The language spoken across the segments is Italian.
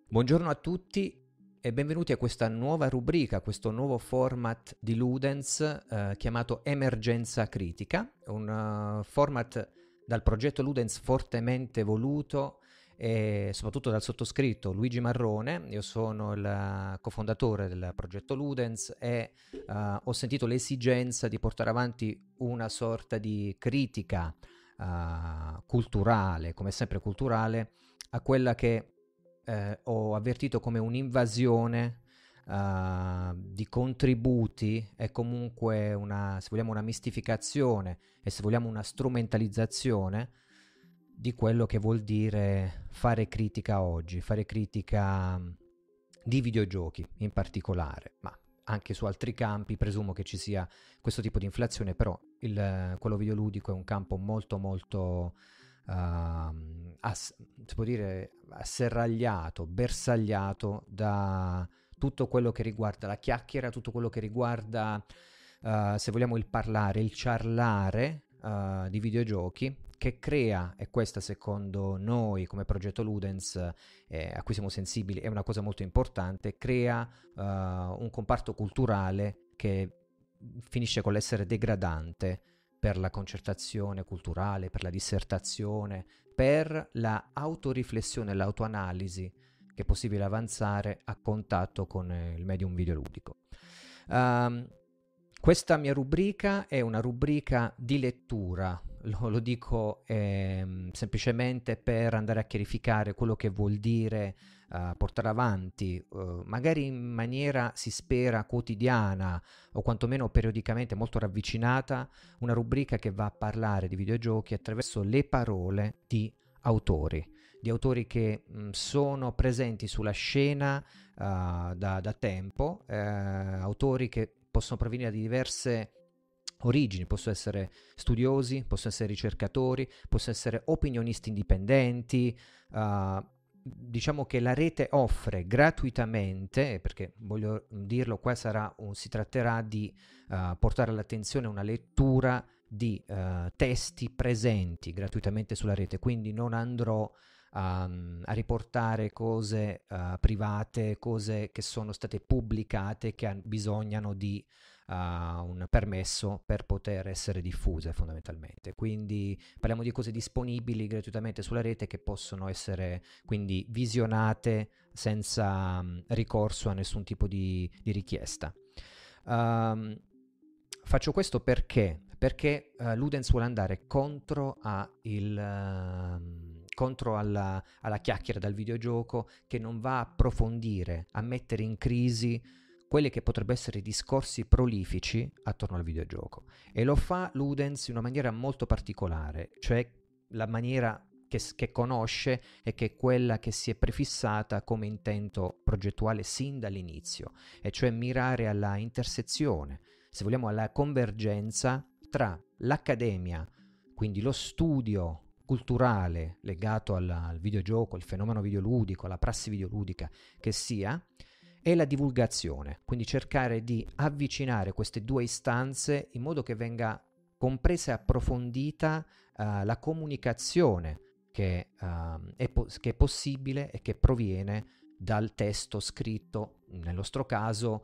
Buongiorno a tutti e benvenuti a questa nuova rubrica, questo nuovo format di Ludens chiamato Emergenza Critica, un format dal progetto Ludens fortemente voluto e soprattutto dal sottoscritto Luigi Marrone. Io sono il cofondatore del progetto Ludens e ho sentito l'esigenza di portare avanti una sorta di critica culturale, come sempre culturale, a quella che ho avvertito come un'invasione di contributi e comunque se vogliamo, una mistificazione e se vogliamo una strumentalizzazione di quello che vuol dire fare critica oggi, fare critica di videogiochi in particolare, ma anche su altri campi presumo che ci sia questo tipo di inflazione, però quello videoludico è un campo molto molto si può dire asserragliato, bersagliato da tutto quello che riguarda la chiacchiera, tutto quello che riguarda, se vogliamo, il parlare, il ciarlare di videogiochi, che crea, e questa secondo noi come progetto Ludens, a cui siamo sensibili, è una cosa molto importante, crea un comparto culturale che finisce con l'essere degradante per la concertazione culturale, per la dissertazione, per la autoriflessione e l'autoanalisi che è possibile avanzare a contatto con il medium videoludico. Questa mia rubrica è una rubrica di lettura, lo dico semplicemente per andare a chiarificare quello che vuol dire portare avanti, magari in maniera, si spera, quotidiana o quantomeno periodicamente molto ravvicinata, una rubrica che va a parlare di videogiochi attraverso le parole di autori che sono presenti sulla scena da tempo, autori che possono provenire da diverse origini, possono essere studiosi, possono essere ricercatori, possono essere opinionisti indipendenti. Diciamo che la rete offre gratuitamente, perché voglio dirlo, qua si tratterà di portare all'attenzione una lettura di testi presenti gratuitamente sulla rete, quindi non andrò a riportare cose private, cose che sono state pubblicate, che bisognano di un permesso per poter essere diffuse fondamentalmente. Quindi parliamo di cose disponibili gratuitamente sulla rete che possono essere quindi visionate senza ricorso a nessun tipo di richiesta. Faccio questo perché Ludens vuole andare contro alla chiacchiera dal videogioco, che non va a approfondire, a mettere in crisi quelli che potrebbero essere discorsi prolifici attorno al videogioco. E lo fa Ludens in una maniera molto particolare, cioè la maniera che conosce e che è quella che si è prefissata come intento progettuale sin dall'inizio, e cioè mirare alla intersezione, se vogliamo alla convergenza tra l'accademia, quindi lo studio culturale legato al videogioco, al fenomeno videoludico, alla prassi videoludica che sia, e la divulgazione, quindi cercare di avvicinare queste due istanze in modo che venga compresa e approfondita la comunicazione che è possibile e che proviene dal testo scritto, nel nostro caso,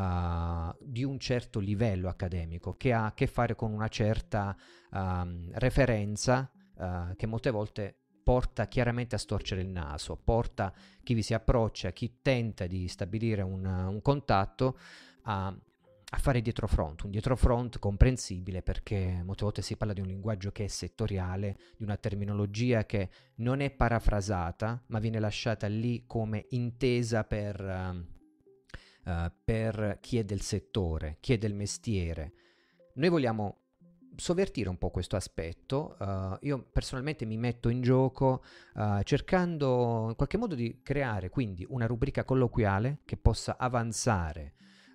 di un certo livello accademico, che ha a che fare con una certa referenza che molte volte porta chiaramente a storcere il naso, porta chi vi si approccia, chi tenta di stabilire un contatto a fare un dietrofront comprensibile, perché molte volte si parla di un linguaggio che è settoriale, di una terminologia che non è parafrasata, ma viene lasciata lì come intesa per chi è del settore, chi è del mestiere. Noi vogliamo sovvertire un po' questo aspetto. Io personalmente mi metto in gioco cercando in qualche modo di creare quindi una rubrica colloquiale che possa avanzare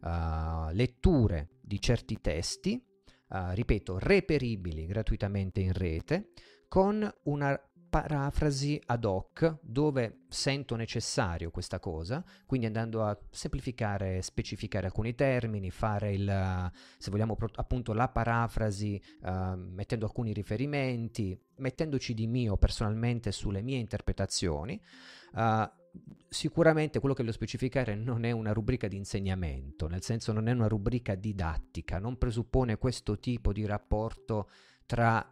letture di certi testi, ripeto, reperibili gratuitamente in rete, con una parafrasi ad hoc dove sento necessario questa cosa, quindi andando a semplificare, specificare alcuni termini, fare se vogliamo appunto la parafrasi, mettendo alcuni riferimenti, mettendoci di mio personalmente sulle mie interpretazioni, sicuramente quello che voglio specificare non è una rubrica di insegnamento, nel senso non è una rubrica didattica, non presuppone questo tipo di rapporto tra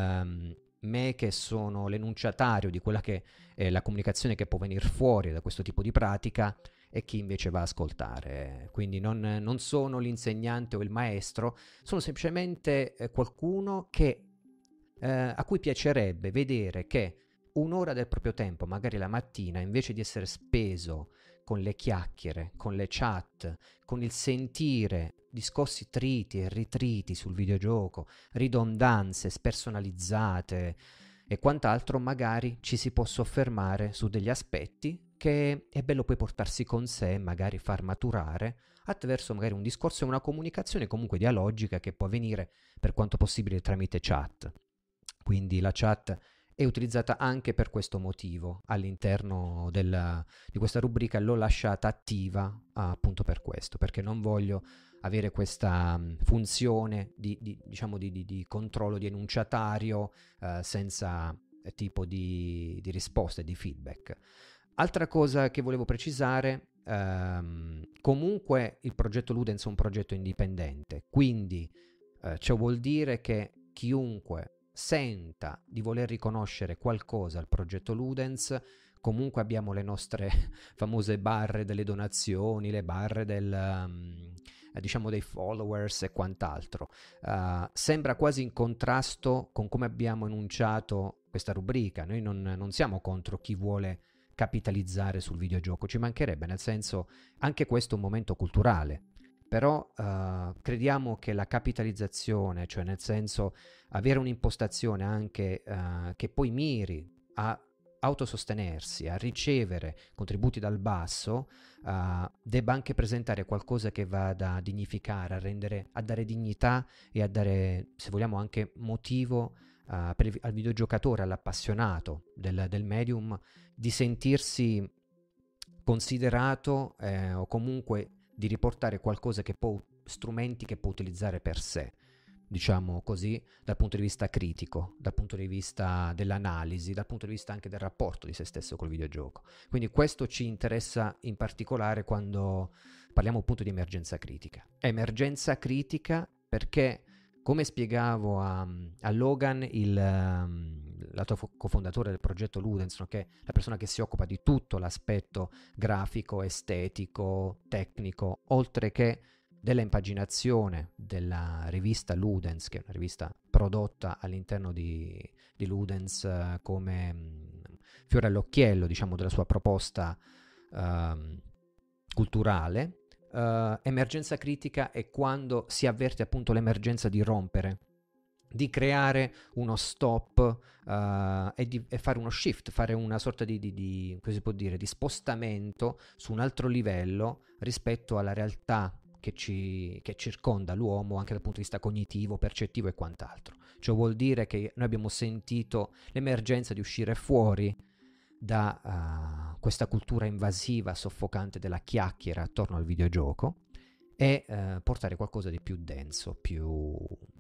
me che sono l'enunciatario di quella che è la comunicazione che può venire fuori da questo tipo di pratica e chi invece va a ascoltare. Quindi non sono l'insegnante o il maestro, sono semplicemente qualcuno che, a cui piacerebbe vedere che un'ora del proprio tempo, magari la mattina, invece di essere speso con le chiacchiere, con le chat, con il sentire discorsi triti e ritriti sul videogioco, ridondanze spersonalizzate e quant'altro, magari ci si può soffermare su degli aspetti che è bello poi portarsi con sé, magari far maturare attraverso magari un discorso e una comunicazione comunque dialogica che può avvenire per quanto possibile tramite chat. Quindi la chat è utilizzata anche per questo motivo all'interno di questa rubrica, l'ho lasciata attiva appunto per questo, perché non voglio avere questa funzione diciamo di controllo di enunciatario senza tipo di risposta e di feedback. Altra cosa che volevo precisare, comunque il progetto Ludens è un progetto indipendente, quindi ciò vuol dire che chiunque senta di voler riconoscere qualcosa al progetto Ludens, comunque abbiamo le nostre famose barre delle donazioni, le barre diciamo dei followers e quant'altro. Sembra quasi in contrasto con come abbiamo enunciato questa rubrica. Noi non siamo contro chi vuole capitalizzare sul videogioco, ci mancherebbe, nel senso anche questo è un momento culturale. Però crediamo che la capitalizzazione, cioè nel senso avere un'impostazione anche che poi miri a autosostenersi, a ricevere contributi dal basso, debba anche presentare qualcosa che vada a dignificare, a dare dignità e a dare, se vogliamo, anche motivo al videogiocatore, all'appassionato del medium, di sentirsi considerato o comunque di riportare qualcosa che strumenti che può utilizzare per sé, diciamo così, dal punto di vista critico, dal punto di vista dell'analisi, dal punto di vista anche del rapporto di se stesso col videogioco. Quindi questo ci interessa in particolare quando parliamo appunto di emergenza critica. Emergenza critica perché, come spiegavo a Logan, l'altro cofondatore del progetto Ludens, che è la persona che si occupa di tutto l'aspetto grafico, estetico, tecnico, oltre che della impaginazione della rivista Ludens, che è una rivista prodotta all'interno di Ludens come fiore all'occhiello, diciamo, della sua proposta culturale. Emergenza critica è quando si avverte appunto l'emergenza di rompere, di creare uno stop e fare uno shift, fare una sorta come si può dire, di spostamento su un altro livello rispetto alla realtà che circonda l'uomo anche dal punto di vista cognitivo, percettivo e quant'altro. Ciò vuol dire che noi abbiamo sentito l'emergenza di uscire fuori da questa cultura invasiva, soffocante della chiacchiera attorno al videogioco e portare qualcosa di più denso, più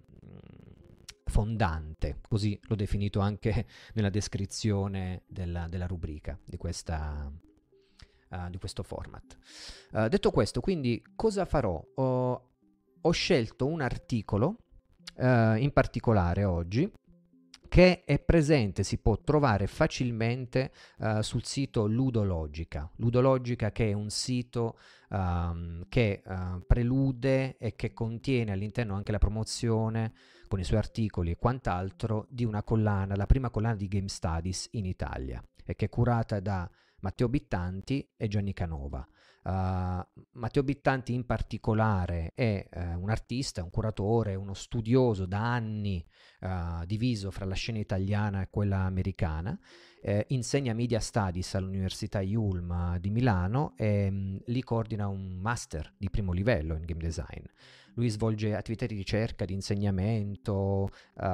fondante, così l'ho definito anche nella descrizione della rubrica di questo format. Detto questo, quindi cosa farò? Ho scelto un articolo in particolare oggi che è presente, si può trovare facilmente sul sito Ludologica. Ludologica, che è un sito che prelude e che contiene all'interno anche la promozione con i suoi articoli e quant'altro di una collana, la prima collana di Game Studies in Italia, e che è curata da Matteo Bittanti e Gianni Canova. Matteo Bittanti in particolare è un artista, un curatore, uno studioso da anni diviso fra la scena italiana e quella americana, insegna Media Studies all'Università Yulm di Milano e lì coordina un master di primo livello in game design. Lui svolge attività di ricerca, di insegnamento,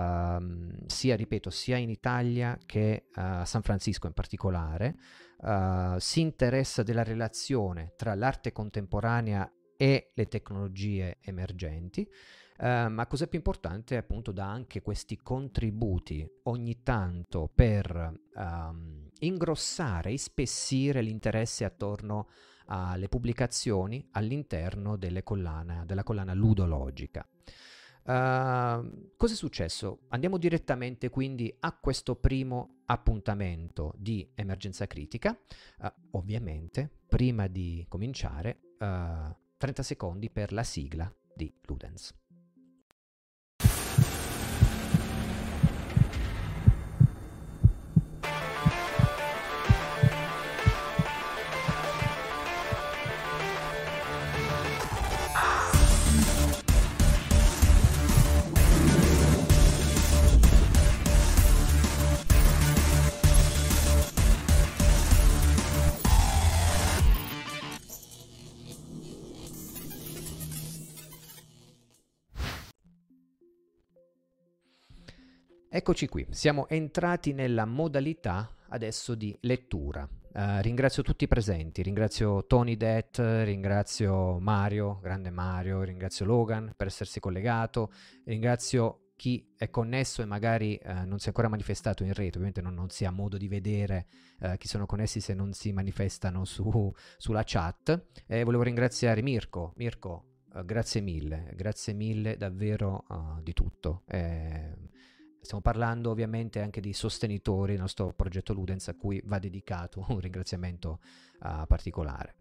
sia in Italia che a San Francisco in particolare. Si interessa della relazione tra l'arte contemporanea e le tecnologie emergenti, ma cosa più importante, appunto, dà anche questi contributi ogni tanto per ingrossare, ispessire l'interesse attorno alle pubblicazioni all'interno della collana ludologica. Cosa è successo? Andiamo direttamente quindi a questo primo appuntamento di Emergenza Critica. Ovviamente, prima di cominciare, 30 secondi per la sigla di Ludens. Eccoci qui, siamo entrati nella modalità adesso di lettura. Ringrazio tutti i presenti, ringrazio Tony Det, ringrazio Mario, grande Mario, ringrazio Logan per essersi collegato, ringrazio chi è connesso e magari non si è ancora manifestato in rete, ovviamente non si ha modo di vedere chi sono connessi se non si manifestano sulla chat. Volevo ringraziare Mirko, grazie mille davvero di tutto. Stiamo parlando ovviamente anche di sostenitori del nostro progetto Ludens, a cui va dedicato un ringraziamento particolare.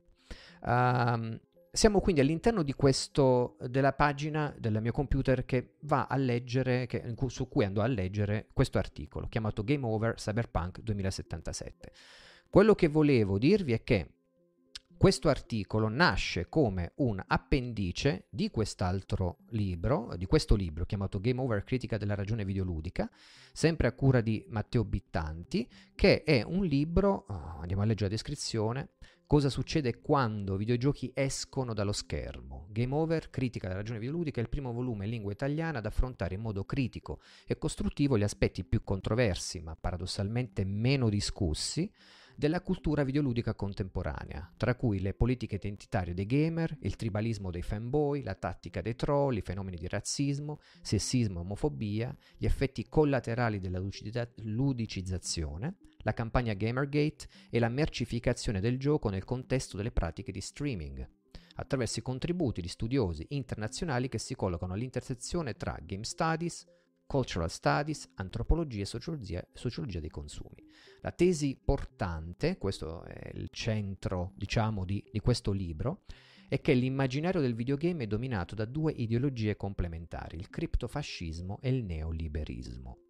Siamo quindi all'interno di della pagina del mio computer che va a leggere, su cui andò a leggere questo articolo chiamato Game Over Cyberpunk 2077. Quello che volevo dirvi è che questo articolo nasce come un appendice di quest'altro libro, di questo libro chiamato Game Over Critica della ragione videoludica, sempre a cura di Matteo Bittanti, che è un libro, andiamo a leggere la descrizione, cosa succede quando videogiochi escono dallo schermo. Game Over Critica della ragione videoludica è il primo volume in lingua italiana ad affrontare in modo critico e costruttivo gli aspetti più controversi, ma paradossalmente meno discussi, della cultura videoludica contemporanea, tra cui le politiche identitarie dei gamer, il tribalismo dei fanboy, la tattica dei troll, i fenomeni di razzismo, sessismo e omofobia, gli effetti collaterali della ludicizzazione, la campagna Gamergate e la mercificazione del gioco nel contesto delle pratiche di streaming, attraverso i contributi di studiosi internazionali che si collocano all'intersezione tra game studies, cultural studies, antropologia e sociologia dei consumi. La tesi portante, questo è il centro, diciamo, di questo libro, è che l'immaginario del videogame è dominato da due ideologie complementari, il criptofascismo e il neoliberismo.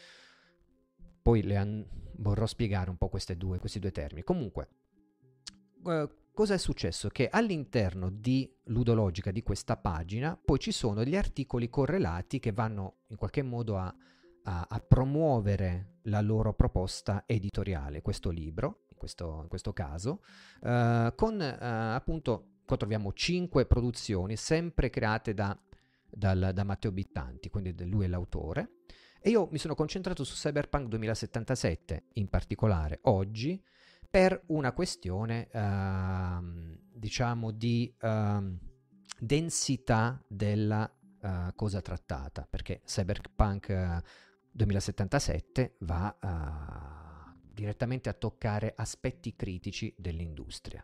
Poi vorrò spiegare un po' questi due termini. Comunque, cosa è successo? Che all'interno di Ludologica, di questa pagina, poi ci sono gli articoli correlati che vanno in qualche modo a promuovere la loro proposta editoriale, questo libro, in questo caso, con appunto, qua troviamo 5 produzioni, sempre create da Matteo Bittanti, quindi lui è l'autore, e io mi sono concentrato su Cyberpunk 2077, in particolare oggi, per una questione, diciamo, di densità della cosa trattata, perché Cyberpunk 2077 va direttamente a toccare aspetti critici dell'industria.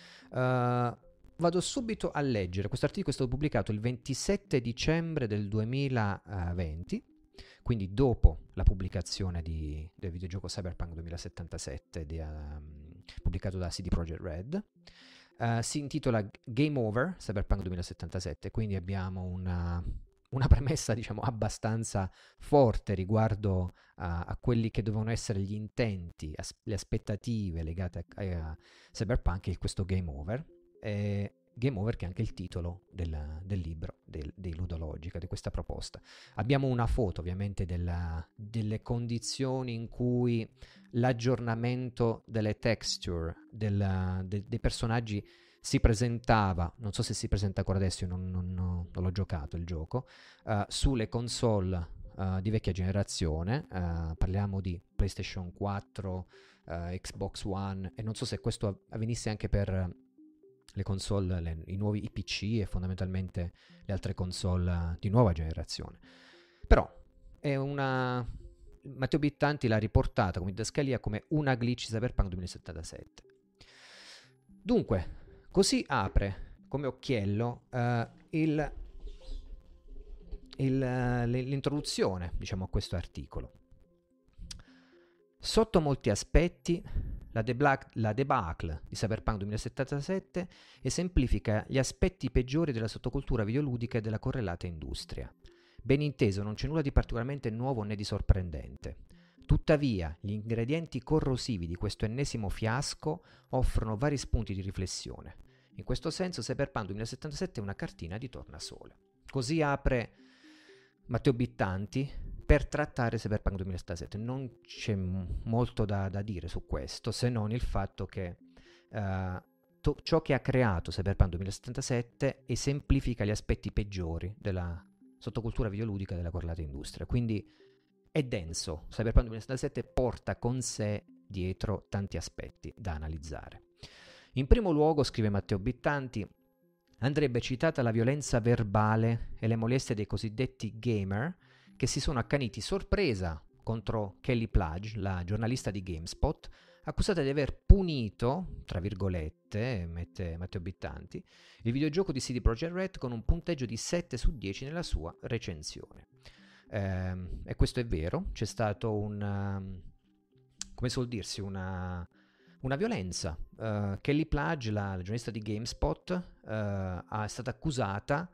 Vado subito a leggere, questo articolo è stato pubblicato il 27 dicembre del 2020, quindi dopo la pubblicazione del videogioco Cyberpunk 2077 pubblicato da CD Projekt Red. Si intitola Game Over Cyberpunk 2077, quindi abbiamo una premessa, diciamo, abbastanza forte riguardo a quelli che dovevano essere gli intenti, le aspettative legate a Cyberpunk e questo Game Over. Game Over, che è anche il titolo del libro di Ludologica, di questa proposta. Abbiamo una foto ovviamente delle condizioni in cui l'aggiornamento delle texture dei personaggi si presentava, non so se si presenta ancora adesso, io non l'ho giocato il gioco, sulle console di vecchia generazione, parliamo di PlayStation 4, Xbox One, e non so se questo avvenisse anche per le console, i nuovi PC e fondamentalmente le altre console di nuova generazione. Però è una... Matteo Bittanti l'ha riportata come didascalia come una glitch Cyberpunk 2077. Dunque, così apre come occhiello l'introduzione, diciamo, a questo articolo. Sotto molti aspetti, la debacle di Cyberpunk 2077 esemplifica gli aspetti peggiori della sottocultura videoludica e della correlata industria. Ben inteso, non c'è nulla di particolarmente nuovo né di sorprendente. Tuttavia, gli ingredienti corrosivi di questo ennesimo fiasco offrono vari spunti di riflessione. In questo senso, Cyberpunk 2077 è una cartina di tornasole. Così apre Matteo Bittanti per trattare Cyberpunk 2077. Non c'è molto da dire su questo, se non il fatto che ciò che ha creato Cyberpunk 2077 esemplifica gli aspetti peggiori della sottocultura videoludica della correlata industria. Quindi è denso. Cyberpunk 2077 porta con sé dietro tanti aspetti da analizzare. In primo luogo, scrive Matteo Bittanti, andrebbe citata la violenza verbale e le molestie dei cosiddetti gamer che si sono accaniti sorpresa contro Kelly Plage, la giornalista di GameSpot, accusata di aver punito, tra virgolette, mette Matteo Bittanti, il videogioco di CD Projekt Red con un punteggio di 7 su 10 nella sua recensione. E questo è vero, c'è stato come suol dirsi, una violenza. Kelly Plage, la giornalista di GameSpot, è stata accusata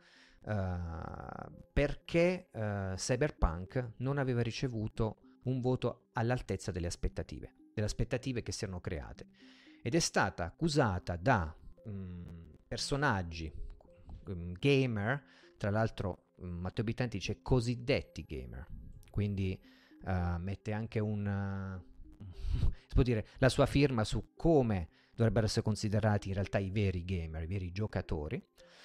perché Cyberpunk non aveva ricevuto un voto all'altezza delle aspettative che si erano create, ed è stata accusata da personaggi gamer, tra l'altro Matteo Bittanti dice cosiddetti gamer, quindi mette anche si può dire, la sua firma su come dovrebbero essere considerati in realtà i veri gamer, i veri giocatori,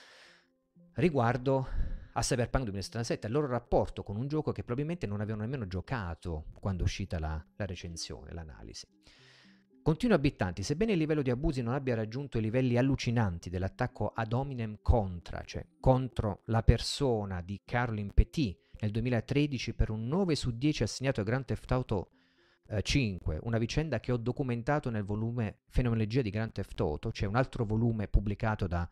riguardo a Cyberpunk 2077, al loro rapporto con un gioco che probabilmente non avevano nemmeno giocato quando è uscita la recensione, l'analisi. Continua Bittanti, sebbene il livello di abusi non abbia raggiunto i livelli allucinanti dell'attacco ad hominem contra, cioè contro la persona di Caroline Petit nel 2013 per un 9 su 10 assegnato a Grand Theft Auto 5, una vicenda che ho documentato nel volume Fenomenologia di Grand Theft Auto, c'è un altro volume pubblicato da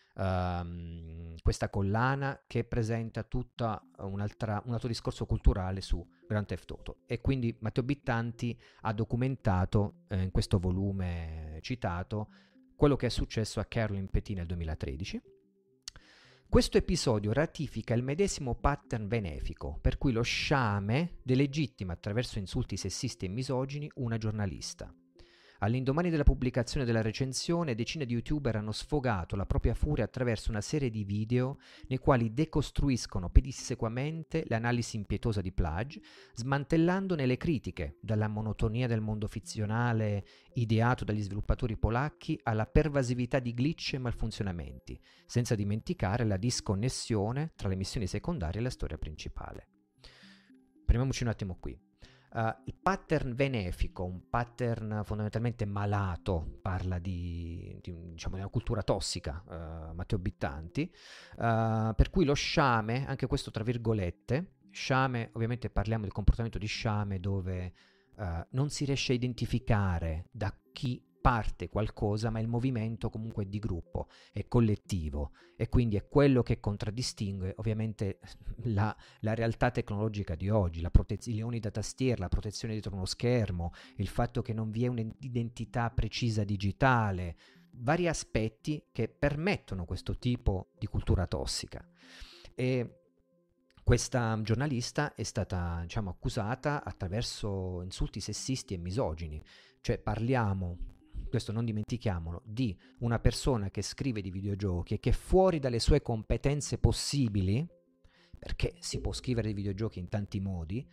questa collana che presenta tutta un altro discorso culturale su Grand Theft Auto, e quindi Matteo Bittanti ha documentato in questo volume citato quello che è successo a Caroline Petit nel 2013. Questo episodio ratifica il medesimo pattern benefico per cui lo sciame delegittima attraverso insulti sessisti e misogini una giornalista. All'indomani della pubblicazione della recensione, decine di youtuber hanno sfogato la propria furia attraverso una serie di video nei quali decostruiscono pedissequamente l'analisi impietosa di Plage, smantellandone le critiche, dalla monotonia del mondo fizionale ideato dagli sviluppatori polacchi alla pervasività di glitch e malfunzionamenti, senza dimenticare la disconnessione tra le missioni secondarie e la storia principale. Fermiamoci un attimo qui. Il pattern benefico, un pattern fondamentalmente malato, parla diciamo, di una cultura tossica, Matteo Bittanti, per cui lo sciame, anche questo tra virgolette, sciame, ovviamente parliamo del comportamento di sciame dove non si riesce a identificare da chi parte qualcosa, ma il movimento comunque è di gruppo, è collettivo, e quindi è quello che contraddistingue ovviamente la realtà tecnologica di oggi, i leoni da tastiera, la protezione dietro uno schermo, il fatto che non vi è un'identità precisa digitale, vari aspetti che permettono questo tipo di cultura tossica. E questa giornalista è stata, diciamo, accusata attraverso insulti sessisti e misogini, cioè parliamo, questo non dimentichiamolo, di una persona che scrive di videogiochi e che fuori dalle sue competenze possibili, perché si può scrivere di videogiochi in tanti modi,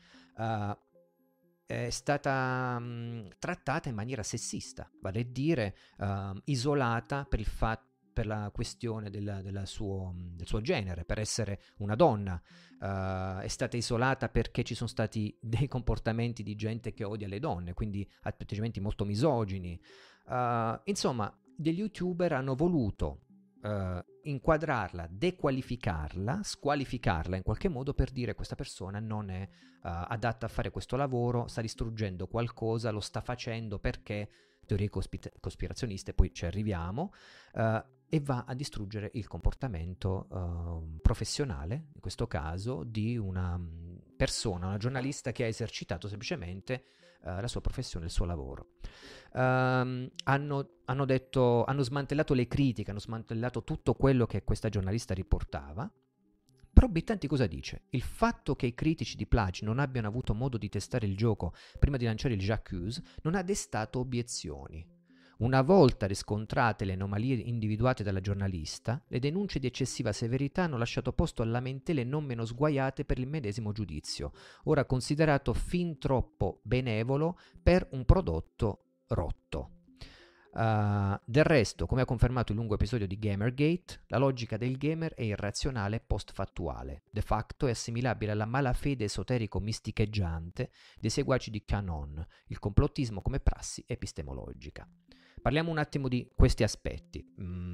è stata trattata in maniera sessista, vale a dire isolata per la questione del suo genere, per essere una donna, è stata isolata perché ci sono stati dei comportamenti di gente che odia le donne, quindi atteggiamenti molto misogini. Insomma, degli YouTuber hanno voluto inquadrarla, dequalificarla, squalificarla in qualche modo per dire questa persona non è adatta a fare questo lavoro, sta distruggendo qualcosa, lo sta facendo perché teorie cospirazioniste, poi ci arriviamo, e va a distruggere il comportamento professionale, in questo caso, di una persona, una giornalista che ha esercitato semplicemente la sua professione, il suo lavoro. Hanno smantellato le critiche, hanno smantellato tutto quello che questa giornalista riportava. Però Bittanti cosa dice? Il fatto che i critici di Plagi non abbiano avuto modo di testare il gioco prima di lanciare il J'accuse non ha destato obiezioni. Una volta riscontrate le anomalie individuate dalla giornalista, le denunce di eccessiva severità hanno lasciato posto a lamentele non meno sguaiate per il medesimo giudizio, ora considerato fin troppo benevolo per un prodotto rotto. Del resto, come ha confermato il lungo episodio di Gamergate, la logica del gamer è irrazionale e post-fattuale, de facto è assimilabile alla malafede esoterico-misticheggiante dei seguaci di Canon, il complottismo come prassi epistemologica. Parliamo un attimo di questi aspetti.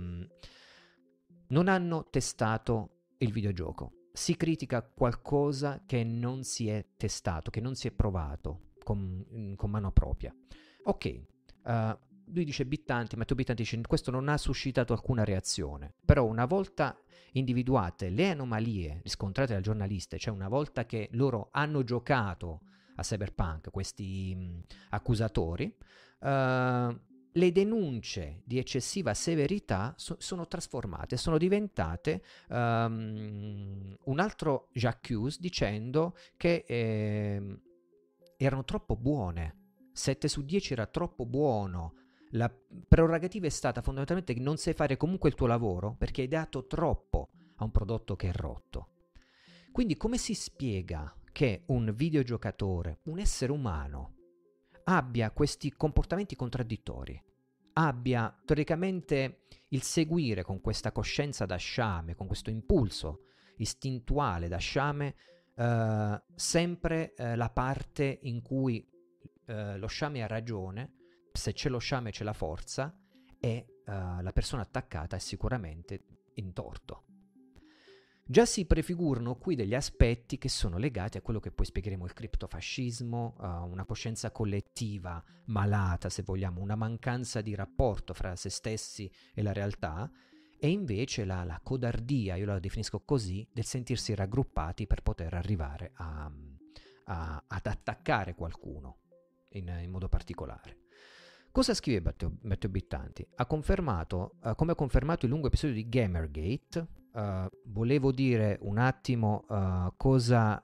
Non hanno testato il videogioco. Si critica qualcosa che non si è testato, che non si è provato con mano propria. Ok, lui dice Matteo Bittanti dice questo non ha suscitato alcuna reazione, però una volta individuate le anomalie riscontrate dal giornalista, cioè una volta che loro hanno giocato a Cyberpunk, questi accusatori, le denunce di eccessiva severità sono trasformate, sono diventate un altro J'accuse dicendo che erano troppo buone. 7 su 10 era troppo buono. La prerogativa è stata fondamentalmente che non sai fare comunque il tuo lavoro perché hai dato troppo a un prodotto che è rotto. Quindi come si spiega che un videogiocatore, un essere umano, abbia questi comportamenti contraddittori, abbia teoricamente il seguire con questa coscienza da sciame, con questo impulso istintuale da sciame, sempre la parte in cui lo sciame ha ragione, se c'è lo sciame c'è la forza e la persona attaccata è sicuramente in torto. Già si prefigurano qui degli aspetti che sono legati a quello che poi spiegheremo, il criptofascismo, una coscienza collettiva malata, se vogliamo, una mancanza di rapporto fra se stessi e la realtà, e invece la codardia, io la definisco così, del sentirsi raggruppati per poter arrivare ad attaccare qualcuno in modo particolare. Cosa scrive Matteo Bittanti? Ha confermato, come ha confermato il lungo episodio di Gamergate, volevo dire un attimo cosa...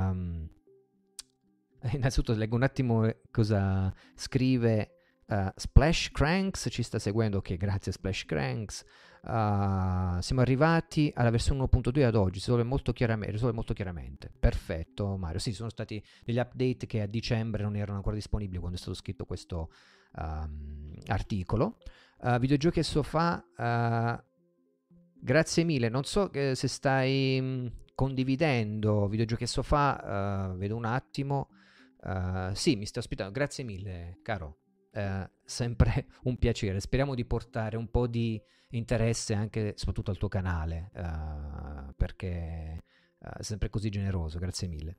innanzitutto leggo un attimo cosa scrive Splash Cranks, ci sta seguendo, ok, grazie Splash Cranks. Siamo arrivati alla versione 1.2 ad oggi, risolve molto chiaramente. Perfetto Mario, sì, sono stati degli update che a dicembre non erano ancora disponibili quando è stato scritto questo articolo. Videogiochi e sofà, grazie mille, non so se stai condividendo Videogiochi e sofà, vedo un attimo. Sì, mi stai ospitando, grazie mille caro, sempre un piacere, speriamo di portare un po' di interesse anche soprattutto al tuo canale, perché è sempre così generoso, grazie mille.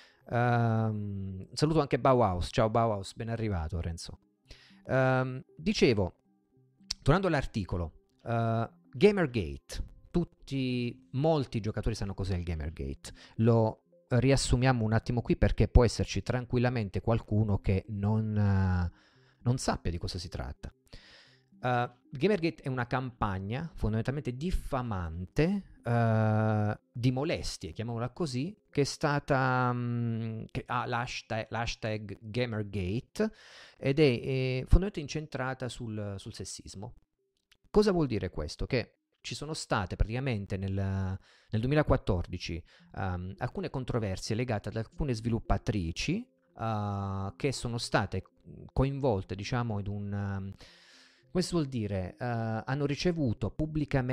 Saluto anche Bauhaus, ciao Bauhaus, ben arrivato Renzo. Dicevo, tornando all'articolo, Gamergate, molti giocatori sanno cos'è il Gamergate, lo riassumiamo un attimo qui perché può esserci tranquillamente qualcuno che non sappia di cosa si tratta. Gamergate è una campagna fondamentalmente diffamante, di molestie, chiamiamola così, che è stata che ha l'hashtag Gamergate ed è fondamentalmente incentrata sul sessismo. Cosa vuol dire questo? Che ci sono state praticamente nel 2014 alcune controversie legate ad alcune sviluppatrici che sono state coinvolte, diciamo, in un... come si vuol dire? Hanno ricevuto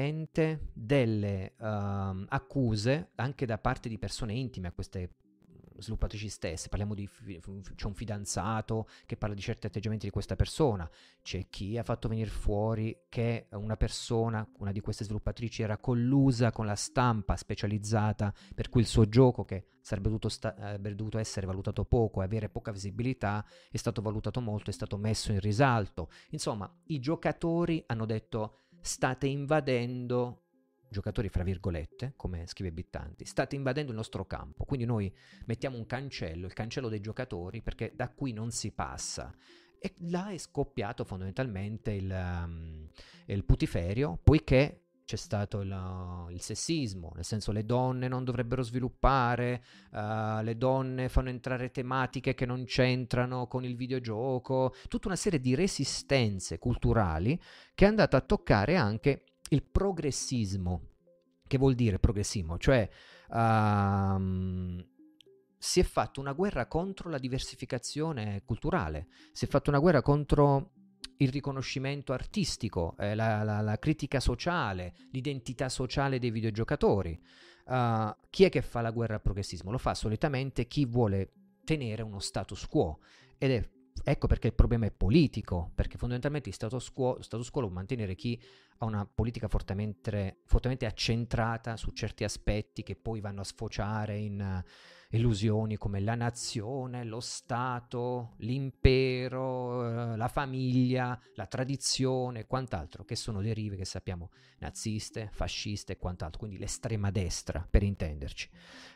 pubblicamente delle accuse anche da parte di persone intime a queste sviluppatrici stesse, parliamo di c'è un fidanzato che parla di certi atteggiamenti di questa persona, c'è chi ha fatto venire fuori che una persona, una di queste sviluppatrici, era collusa con la stampa specializzata, per cui il suo gioco, che sarebbe dovuto essere valutato poco e avere poca visibilità, è stato valutato molto, è stato messo in risalto. Insomma, i giocatori hanno detto: state invadendo, giocatori fra virgolette, come scrive Bittanti, state invadendo il nostro campo, quindi noi mettiamo un cancello, il cancello dei giocatori, perché da qui non si passa. E là è scoppiato fondamentalmente il putiferio, poiché c'è stato il sessismo, nel senso le donne non dovrebbero sviluppare, le donne fanno entrare tematiche che non c'entrano con il videogioco, tutta una serie di resistenze culturali che è andata a toccare anche il progressismo. Che vuol dire progressismo? Cioè si è fatta una guerra contro la diversificazione culturale, si è fatta una guerra contro il riconoscimento artistico, la critica sociale, l'identità sociale dei videogiocatori. Chi è che fa la guerra al progressismo? Lo fa solitamente chi vuole tenere uno status quo, ed è ecco perché il problema è politico, perché fondamentalmente il status quo lo può mantenere chi ha una politica fortemente accentrata su certi aspetti che poi vanno a sfociare in illusioni come la nazione, lo Stato, l'impero, la famiglia, la tradizione e quant'altro, che sono derive che sappiamo naziste, fasciste e quant'altro, quindi l'estrema destra, per intenderci.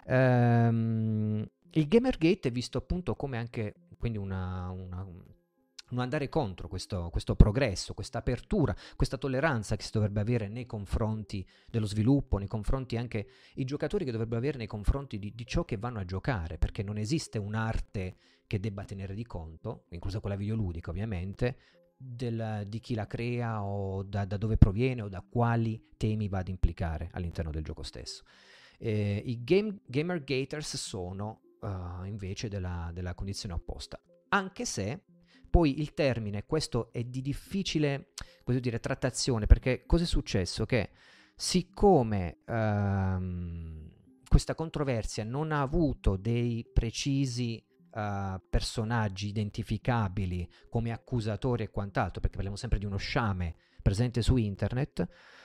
Il Gamergate è visto appunto come anche quindi un andare contro questo progresso, questa apertura, questa tolleranza che si dovrebbe avere nei confronti dello sviluppo, nei confronti anche i giocatori che dovrebbero avere nei confronti di ciò che vanno a giocare, perché non esiste un'arte che debba tenere di conto, inclusa quella videoludica ovviamente, di chi la crea o da dove proviene o da quali temi va ad implicare all'interno del gioco stesso. I Gamergaters sono invece della condizione opposta, anche se poi il termine, questo è di difficile, così dire, trattazione, perché cosa è successo? Che siccome questa controversia non ha avuto dei precisi personaggi identificabili come accusatori e quant'altro, perché parliamo sempre di uno sciame presente su internet,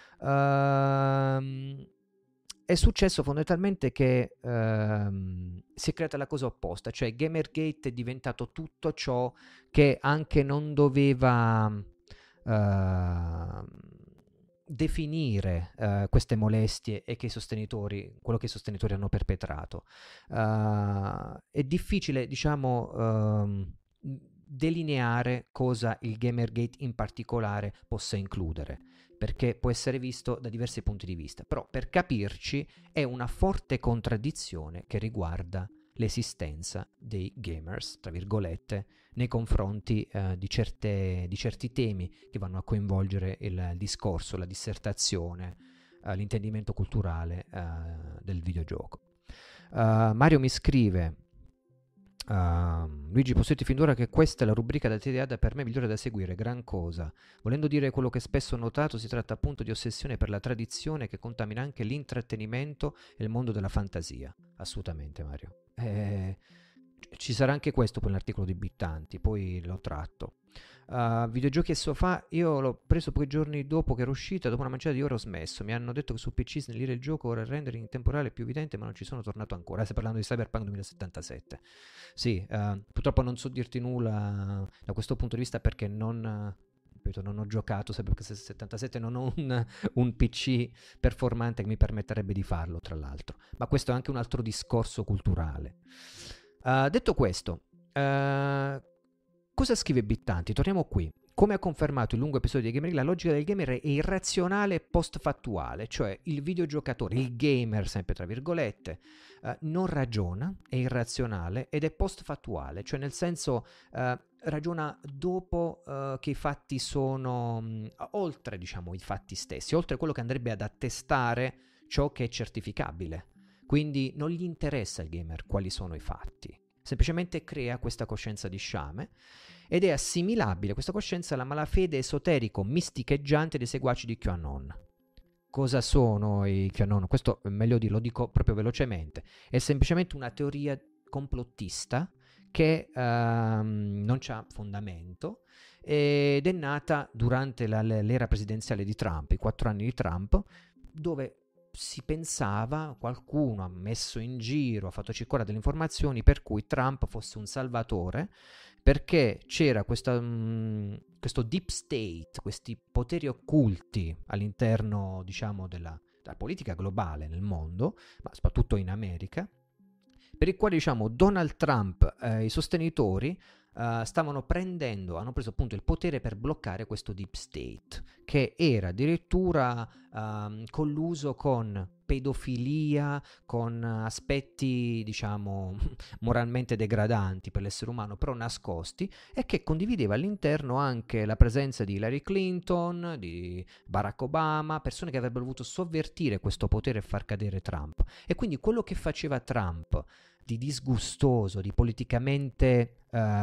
è successo fondamentalmente che si è creata la cosa opposta, cioè Gamergate è diventato tutto ciò che anche non doveva definire queste molestie e che quello che i sostenitori hanno perpetrato. È difficile, diciamo, delineare cosa il Gamergate in particolare possa includere, perché può essere visto da diversi punti di vista, però per capirci è una forte contraddizione che riguarda l'esistenza dei gamers, tra virgolette, nei confronti di certi temi che vanno a coinvolgere il discorso, la dissertazione, l'intendimento culturale del videogioco. Mario mi scrive: Luigi, posso dirti fin d'ora che questa è la rubrica da TDA per me migliore da seguire, gran cosa. Volendo dire quello che spesso ho notato, si tratta appunto di ossessione per la tradizione che contamina anche l'intrattenimento e il mondo della fantasia. Assolutamente, Mario. Ci sarà anche questo poi nell'articolo di Bittanti, poi lo tratto. Videogiochi e sofà, io l'ho preso pochi giorni dopo che era uscita, dopo una manciata di ore ho smesso. Mi hanno detto che su PC snellire il gioco, ora il rendering in temporale è più evidente, ma non ci sono tornato ancora. Stai parlando di Cyberpunk 2077. Sì, purtroppo non so dirti nulla da questo punto di vista, perché non ho giocato Cyberpunk 77, non ho un PC performante che mi permetterebbe di farlo, tra l'altro. Ma questo è anche un altro discorso culturale. Detto questo, cosa scrive Bittanti? Torniamo qui. Come ha confermato il lungo episodio di Gamer, la logica del gamer è irrazionale e post-fattuale, cioè il videogiocatore, il gamer, sempre tra virgolette, non ragiona, è irrazionale ed è post-fattuale, cioè nel senso ragiona dopo che i fatti sono oltre, diciamo, i fatti stessi, oltre quello che andrebbe ad attestare ciò che è certificabile. Quindi non gli interessa al gamer quali sono i fatti, semplicemente crea questa coscienza di sciame ed è assimilabile questa coscienza alla malafede esoterico-misticheggiante dei seguaci di QAnon. Cosa sono i QAnon? Questo è meglio dirlo, lo dico proprio velocemente. È semplicemente una teoria complottista che non c'ha fondamento ed è nata durante l'era presidenziale di Trump, i 4 anni di Trump, dove si pensava, qualcuno ha messo in giro, ha fatto circolare delle informazioni per cui Trump fosse un salvatore, perché c'era questo deep state, questi poteri occulti all'interno, diciamo, della politica globale nel mondo, ma soprattutto in America, per i quali, diciamo, Donald Trump e i sostenitori hanno preso appunto il potere per bloccare questo deep state, che era addirittura colluso con pedofilia, con aspetti, diciamo, moralmente degradanti per l'essere umano, però nascosti, e che condivideva all'interno anche la presenza di Hillary Clinton, di Barack Obama, persone che avrebbero voluto sovvertire questo potere e far cadere Trump. E quindi quello che faceva Trump di disgustoso, di politicamente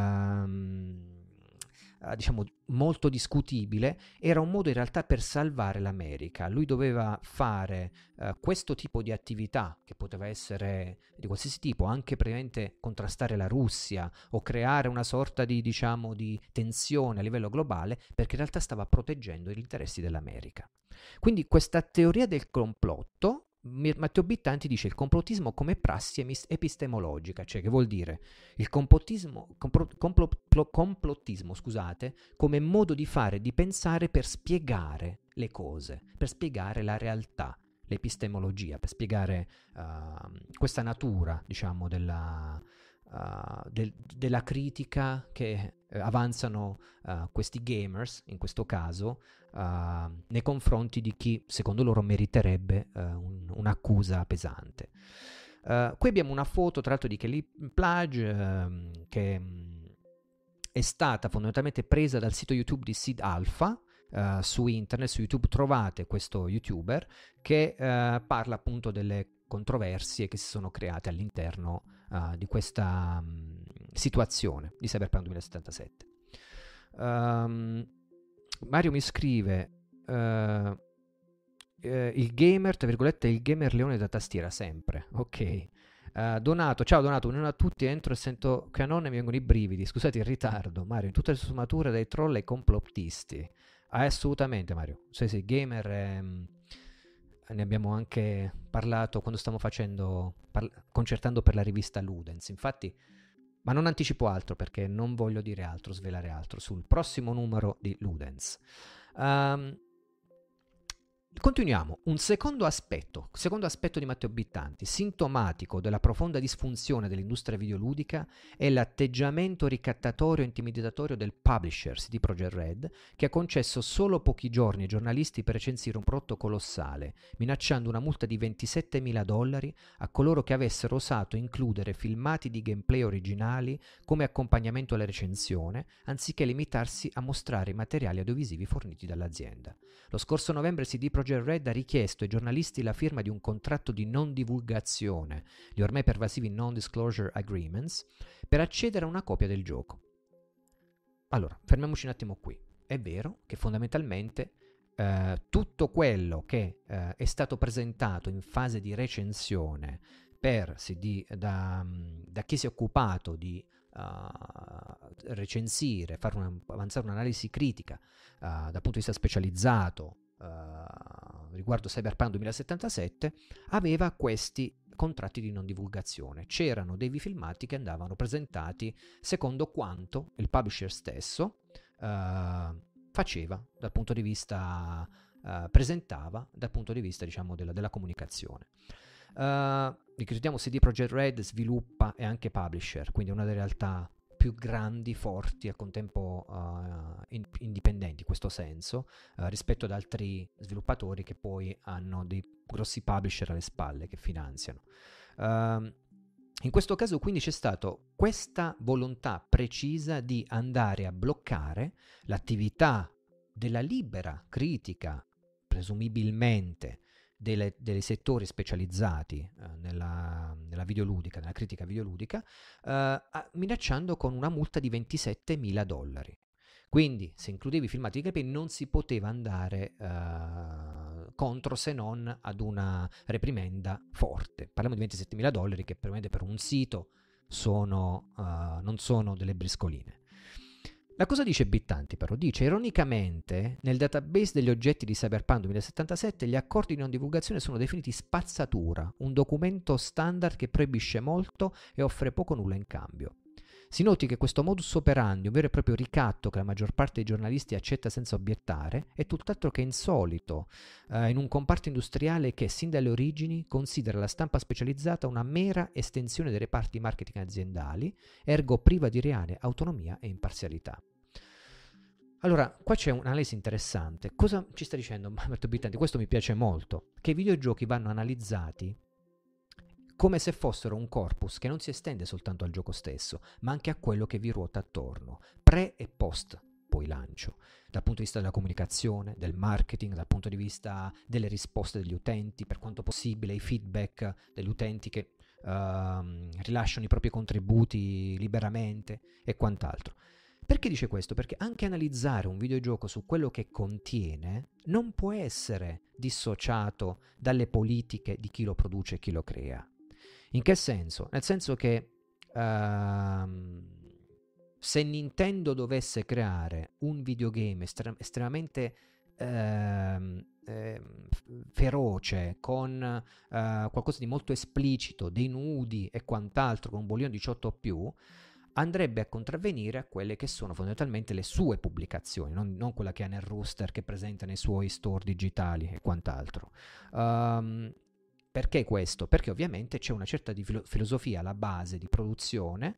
diciamo molto discutibile, era un modo in realtà per salvare l'America. Lui doveva fare questo tipo di attività, che poteva essere di qualsiasi tipo, anche praticamente contrastare la Russia o creare una sorta di, diciamo, di tensione a livello globale, perché in realtà stava proteggendo gli interessi dell'America. Quindi questa teoria del complotto, Matteo Bittanti dice il complottismo come prassi epistemologica, cioè che vuol dire il complottismo, scusate, come modo di fare e di pensare per spiegare le cose, per spiegare la realtà, l'epistemologia, per spiegare questa natura, diciamo, della critica che avanzano questi gamers, in questo caso, nei confronti di chi secondo loro meriterebbe un'accusa pesante. Qui abbiamo una foto tra l'altro di Kelly Plage che è stata fondamentalmente presa dal sito YouTube di Sid Alpha. Su internet, su YouTube trovate questo youtuber che parla appunto delle controversie che si sono create all'interno di questa situazione di Cyberpunk 2077. Mario mi scrive il gamer, tra virgolette, il gamer leone da tastiera sempre. Ok. Donato, ciao Donato, buongiorno a tutti, entro e sento Canon e mi vengono i brividi, scusate il ritardo. Mario, in tutte le sfumature dai troll ai complottisti. Assolutamente Mario, sì, gamer, ne abbiamo anche parlato quando stiamo concertando per la rivista Ludens, infatti, ma non anticipo altro perché non voglio dire altro, svelare altro sul prossimo numero di Ludens. Continuiamo, un secondo aspetto di Matteo Bittanti, sintomatico della profonda disfunzione dell'industria videoludica, è l'atteggiamento ricattatorio e intimidatorio del publisher CD Projekt Red, che ha concesso solo pochi giorni ai giornalisti per recensire un prodotto colossale, minacciando una multa di $27.000 a coloro che avessero osato includere filmati di gameplay originali come accompagnamento alla recensione, anziché limitarsi a mostrare i materiali audiovisivi forniti dall'azienda. Lo scorso novembre CD Projekt Red ha richiesto ai giornalisti la firma di un contratto di non divulgazione, gli ormai pervasivi non-disclosure agreements, per accedere a una copia del gioco. Allora, fermiamoci un attimo qui. È vero che fondamentalmente tutto quello che è stato presentato in fase di recensione da chi si è occupato di recensire, avanzare un'analisi critica dal punto di vista specializzato riguardo Cyberpunk 2077, aveva questi contratti di non divulgazione. C'erano dei filmati che andavano presentati secondo quanto il publisher stesso faceva dal punto di vista presentava dal punto di vista, diciamo, della comunicazione. Ricordiamo CD Projekt Red sviluppa e anche publisher, quindi è una delle realtà più grandi, forti, a contempo indipendenti in questo senso, rispetto ad altri sviluppatori che poi hanno dei grossi publisher alle spalle che finanziano. In questo caso quindi c'è stata questa volontà precisa di andare a bloccare l'attività della libera critica, presumibilmente dei settori specializzati nella videoludica, nella critica videoludica, minacciando con una multa di $27.000. Quindi, se includevi i filmati di gameplay, non si poteva andare contro, se non ad una reprimenda forte. Parliamo di $27.000 che per un sito non sono delle briscoline. La cosa dice Bittanti però? Dice ironicamente nel database degli oggetti di Cyberpunk 2077 gli accordi di non divulgazione sono definiti spazzatura, un documento standard che proibisce molto e offre poco o nulla in cambio. Si noti che questo modus operandi, un vero e proprio ricatto che la maggior parte dei giornalisti accetta senza obiettare, è tutt'altro che insolito in un comparto industriale che sin dalle origini considera la stampa specializzata una mera estensione dei reparti marketing aziendali, ergo priva di reale autonomia e imparzialità. Allora, qua c'è un'analisi interessante. Cosa ci sta dicendo Matteo Bittanti? Questo mi piace molto, che i videogiochi vanno analizzati come se fossero un corpus che non si estende soltanto al gioco stesso, ma anche a quello che vi ruota attorno, pre e post poi lancio, dal punto di vista della comunicazione, del marketing, dal punto di vista delle risposte degli utenti, per quanto possibile i feedback degli utenti che rilasciano i propri contributi liberamente e quant'altro. Perché dice questo? Perché anche analizzare un videogioco su quello che contiene non può essere dissociato dalle politiche di chi lo produce e chi lo crea. In che senso? Nel senso che se Nintendo dovesse creare un videogame estremamente feroce, con qualcosa di molto esplicito, dei nudi e quant'altro, con un bollino 18+, andrebbe a contravvenire a quelle che sono fondamentalmente le sue pubblicazioni, non quella che ha nel roster che presenta nei suoi store digitali e quant'altro. Perché questo? Perché ovviamente c'è una certa filosofia alla base di produzione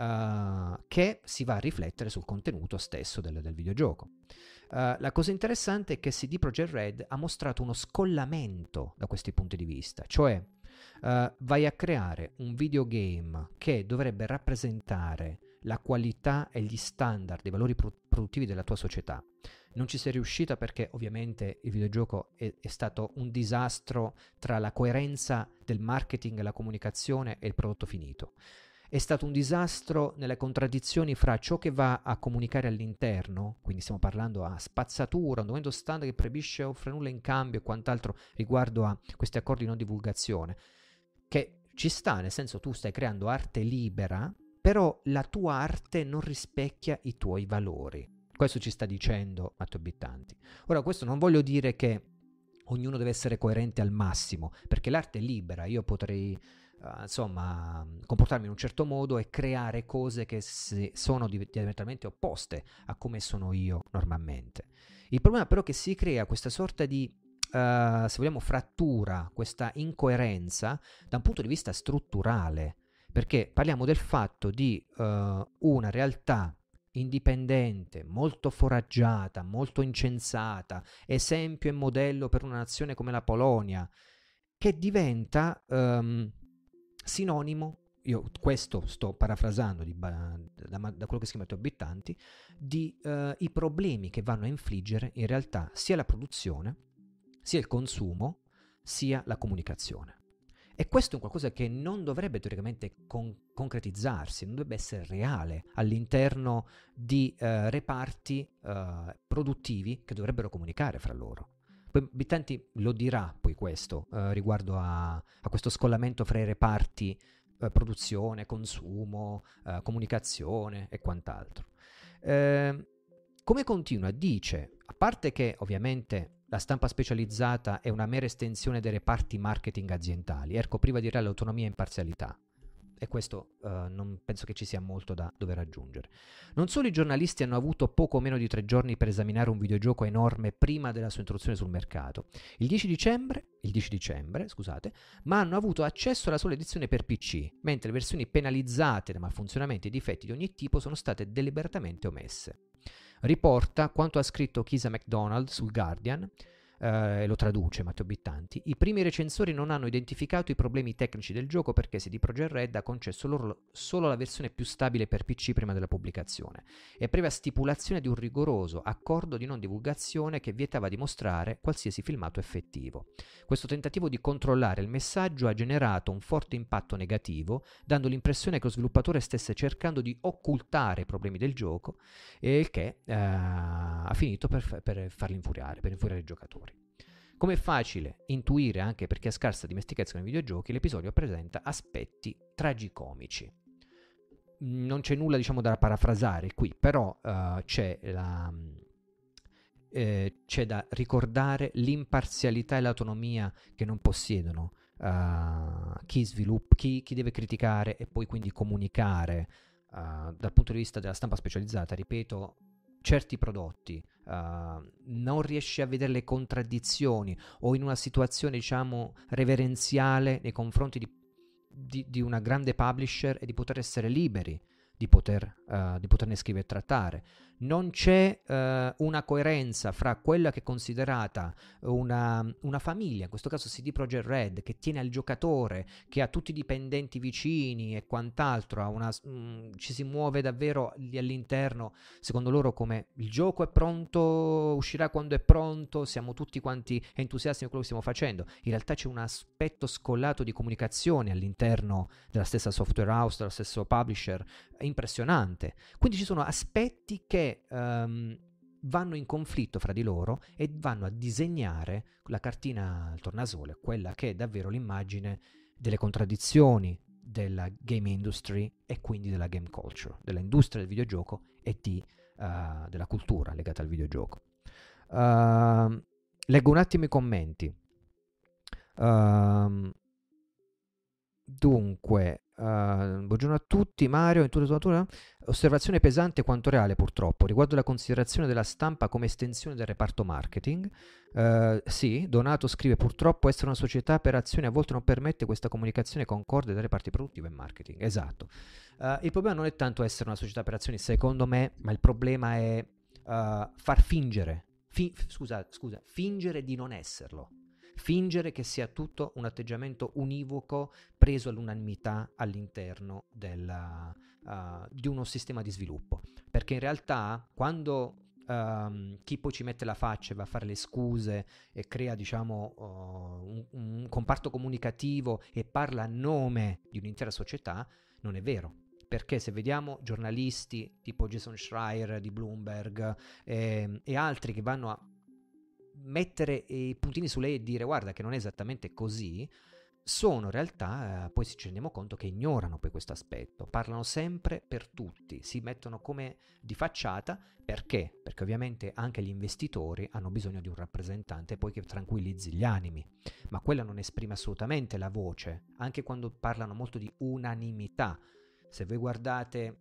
che si va a riflettere sul contenuto stesso del videogioco. La cosa interessante è che CD Projekt Red ha mostrato uno scollamento da questi punti di vista, cioè vai a creare un videogame che dovrebbe rappresentare la qualità e gli standard, i valori produttivi della tua società. Non ci sei riuscita perché ovviamente il videogioco è stato un disastro tra la coerenza del marketing e la comunicazione e il prodotto finito. È stato un disastro nelle contraddizioni fra ciò che va a comunicare all'interno, quindi stiamo parlando a spazzatura, un documento standard che proibisce, offre nulla in cambio e quant'altro riguardo a questi accordi di non divulgazione, che ci sta, nel senso tu stai creando arte libera, però la tua arte non rispecchia i tuoi valori. Questo ci sta dicendo Matteo Bittanti. Ora, questo non voglio dire che ognuno deve essere coerente al massimo, perché l'arte è libera, io potrei comportarmi in un certo modo e creare cose che sono diametralmente opposte a come sono io normalmente. Il problema però è che si crea questa sorta di se vogliamo frattura, questa incoerenza da un punto di vista strutturale, perché parliamo del fatto di una realtà indipendente, molto foraggiata, molto incensata, esempio e modello per una nazione come la Polonia, che diventa sinonimo, io questo sto parafrasando da quello che scrive Matteo Bittanti, di i problemi che vanno a infliggere in realtà sia la produzione, sia il consumo, sia la comunicazione. E questo è un qualcosa che non dovrebbe teoricamente concretizzarsi, non dovrebbe essere reale all'interno di reparti produttivi che dovrebbero comunicare fra loro. Poi Bittanti lo dirà poi questo riguardo a questo scollamento fra i reparti produzione, consumo, comunicazione e quant'altro. Come continua? Dice, a parte che ovviamente la stampa specializzata è una mera estensione dei reparti marketing aziendali, ergo priva di reale autonomia e imparzialità. E questo non penso che ci sia molto da dover aggiungere. Non solo i giornalisti hanno avuto poco meno di 3 giorni per esaminare un videogioco enorme prima della sua introduzione sul mercato, il 10 dicembre, ma hanno avuto accesso alla sola edizione per PC, mentre le versioni penalizzate da malfunzionamenti e difetti di ogni tipo sono state deliberatamente omesse. Riporta quanto ha scritto Kisa MacDonald sul Guardian, e lo traduce Matteo Bittanti. I primi recensori non hanno identificato i problemi tecnici del gioco perché CD Projekt Red ha concesso loro solo la versione più stabile per PC prima della pubblicazione e previa stipulazione di un rigoroso accordo di non divulgazione che vietava di mostrare qualsiasi filmato effettivo. Questo tentativo di controllare il messaggio ha generato un forte impatto negativo, dando l'impressione che lo sviluppatore stesse cercando di occultare i problemi del gioco, e il che ha finito per farli infuriare, per infuriare i giocatori. Come è facile intuire anche per chi ha scarsa dimestichezza con i videogiochi, l'episodio presenta aspetti tragicomici. non c'è nulla, diciamo, da parafrasare qui, però c'è da ricordare l'imparzialità e l'autonomia che non possiedono chi deve criticare e poi quindi comunicare dal punto di vista della stampa specializzata, ripeto, certi prodotti. Non riesce a vedere le contraddizioni o in una situazione, diciamo, reverenziale nei confronti di una grande publisher e di poter essere liberi di poterne scrivere e trattare. Non c'è una coerenza fra quella che è considerata una famiglia, in questo caso CD Projekt Red, che tiene al giocatore, che ha tutti i dipendenti vicini e quant'altro, ci si muove davvero lì all'interno, secondo loro, come il gioco è pronto, uscirà quando è pronto, siamo tutti quanti entusiasti di quello che stiamo facendo. In realtà c'è un aspetto scollato di comunicazione all'interno della stessa software house, dello stesso publisher, impressionante. Quindi ci sono aspetti che vanno in conflitto fra di loro e vanno a disegnare la cartina al tornasole, quella che è davvero l'immagine delle contraddizioni della game industry e quindi della game culture, dell'industria del videogioco e della cultura legata al videogioco. Leggo un attimo i commenti. Dunque, buongiorno a tutti. Mario, in tutta osservazione pesante quanto reale, purtroppo, riguardo la considerazione della stampa come estensione del reparto marketing. Sì, Donato scrive: purtroppo essere una società per azioni a volte non permette questa comunicazione concorde dai reparti produttivo e marketing. Esatto. Il problema non è tanto essere una società per azioni, secondo me, ma il problema è far fingere. Fingere di non esserlo. Fingere che sia tutto un atteggiamento univoco preso all'unanimità all'interno di uno sistema di sviluppo. Perché in realtà quando chi poi ci mette la faccia e va a fare le scuse e crea, diciamo, un comparto comunicativo e parla a nome di un'intera società, non è vero. Perché se vediamo giornalisti tipo Jason Schreier di Bloomberg e altri che vanno a mettere i puntini su lei e dire guarda che non è esattamente così, sono in realtà, poi ci rendiamo conto che ignorano poi questo aspetto, parlano sempre per tutti, si mettono come di facciata. Perché? Perché ovviamente anche gli investitori hanno bisogno di un rappresentante poi che tranquillizzi gli animi, ma quella non esprime assolutamente la voce, anche quando parlano molto di unanimità. Se voi guardate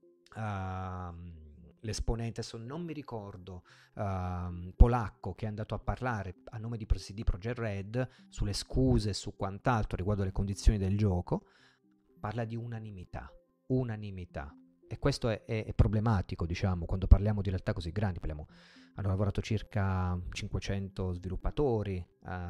l'esponente, adesso non mi ricordo, polacco, che è andato a parlare a nome di CD Projekt Red sulle scuse e su quant'altro riguardo le condizioni del gioco, parla di unanimità. E questo è problematico, diciamo, quando parliamo di realtà così grandi. Hanno lavorato circa 500 sviluppatori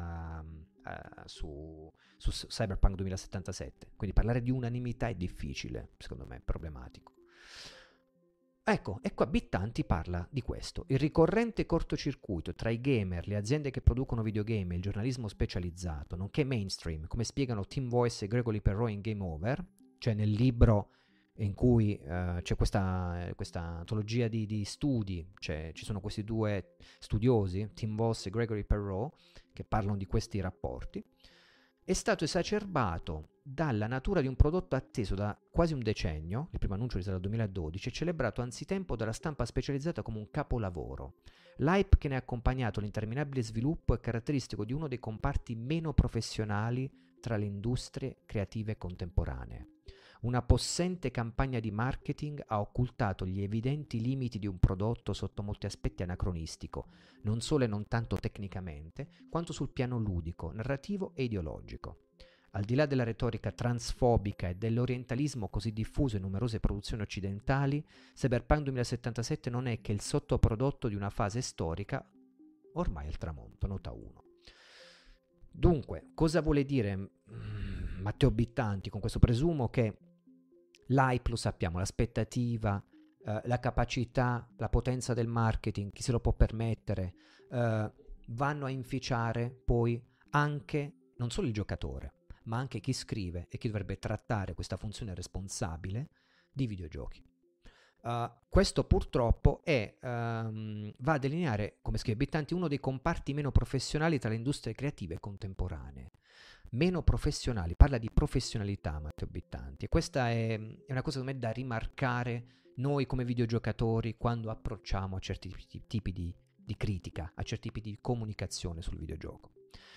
su Cyberpunk 2077, quindi parlare di unanimità è difficile, secondo me è problematico. Ecco, e qua Bittanti parla di questo: il ricorrente cortocircuito tra i gamer, le aziende che producono videogame e il giornalismo specializzato, nonché mainstream, come spiegano Tim Voice e Gregory Perrault in Game Over, cioè nel libro in cui c'è questa antologia di studi, ci sono questi due studiosi, Tim Voice e Gregory Perrault, che parlano di questi rapporti, è stato esacerbato dalla natura di un prodotto atteso da quasi un decennio, il primo annuncio risale al 2012, e celebrato anzitempo dalla stampa specializzata come un capolavoro. L'hype che ne ha accompagnato l'interminabile sviluppo è caratteristico di uno dei comparti meno professionali tra le industrie creative contemporanee. Una possente campagna di marketing ha occultato gli evidenti limiti di un prodotto sotto molti aspetti anacronistico, non solo e non tanto tecnicamente, quanto sul piano ludico, narrativo e ideologico. Al di là della retorica transfobica e dell'orientalismo così diffuso in numerose produzioni occidentali, Cyberpunk 2077 non è che il sottoprodotto di una fase storica ormai al tramonto, nota 1. Dunque, cosa vuole dire Matteo Bittanti con questo? Presumo che l'hype, lo sappiamo, l'aspettativa, la capacità, la potenza del marketing, chi se lo può permettere, vanno a inficiare poi anche non solo il giocatore, ma anche chi scrive e chi dovrebbe trattare questa funzione responsabile di videogiochi. Questo purtroppo va a delineare, come scrive Bittanti, uno dei comparti meno professionali tra le industrie creative contemporanee. meno professionali, parla di professionalità Matteo Bittanti, e questa è una cosa secondo me da rimarcare noi come videogiocatori quando approcciamo a certi tipi di critica, a certi tipi di comunicazione sul videogioco.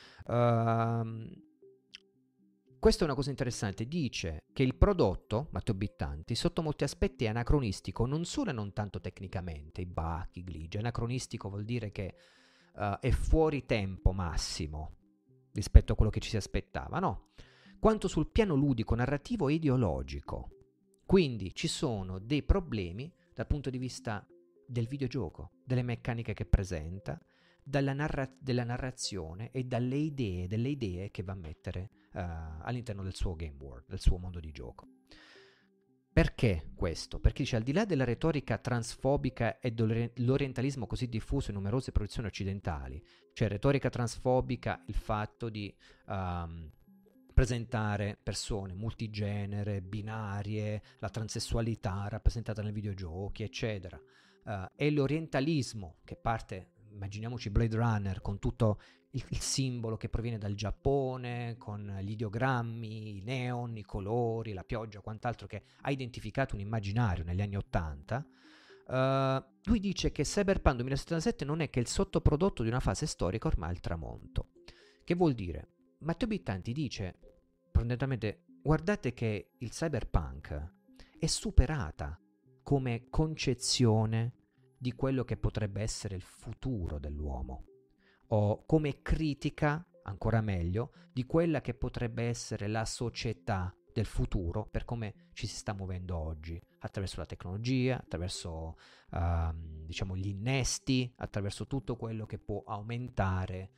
Questa è una cosa interessante, dice che il prodotto, Matteo Bittanti, sotto molti aspetti è anacronistico, non solo e non tanto tecnicamente, i bug, i glitch, anacronistico vuol dire che è fuori tempo massimo rispetto a quello che ci si aspettava, no? Quanto sul piano ludico, narrativo e ideologico. Quindi ci sono dei problemi dal punto di vista del videogioco, delle meccaniche che presenta, della narrazione e delle idee che va a mettere all'interno del suo game world, del suo mondo di gioco. Perché questo? Perché dice, al di là della retorica transfobica e dell'orientalismo così diffuso in numerose produzioni occidentali, cioè retorica transfobica, il fatto di presentare persone multigenere, binarie, la transessualità rappresentata nei videogiochi, eccetera, e l'orientalismo che parte, immaginiamoci Blade Runner con tutto il simbolo che proviene dal Giappone, con gli ideogrammi, i neon, i colori, la pioggia, quant'altro che ha identificato un immaginario negli anni '80. Lui dice che Cyberpunk 2077 non è che il sottoprodotto di una fase storica ormai al tramonto. Che vuol dire? Matteo Bittanti dice fondamentalmente, guardate che il cyberpunk è superata come concezione di quello che potrebbe essere il futuro dell'uomo, o come critica, ancora meglio, di quella che potrebbe essere la società del futuro per come ci si sta muovendo oggi, attraverso la tecnologia, attraverso diciamo gli innesti, attraverso tutto quello che può aumentare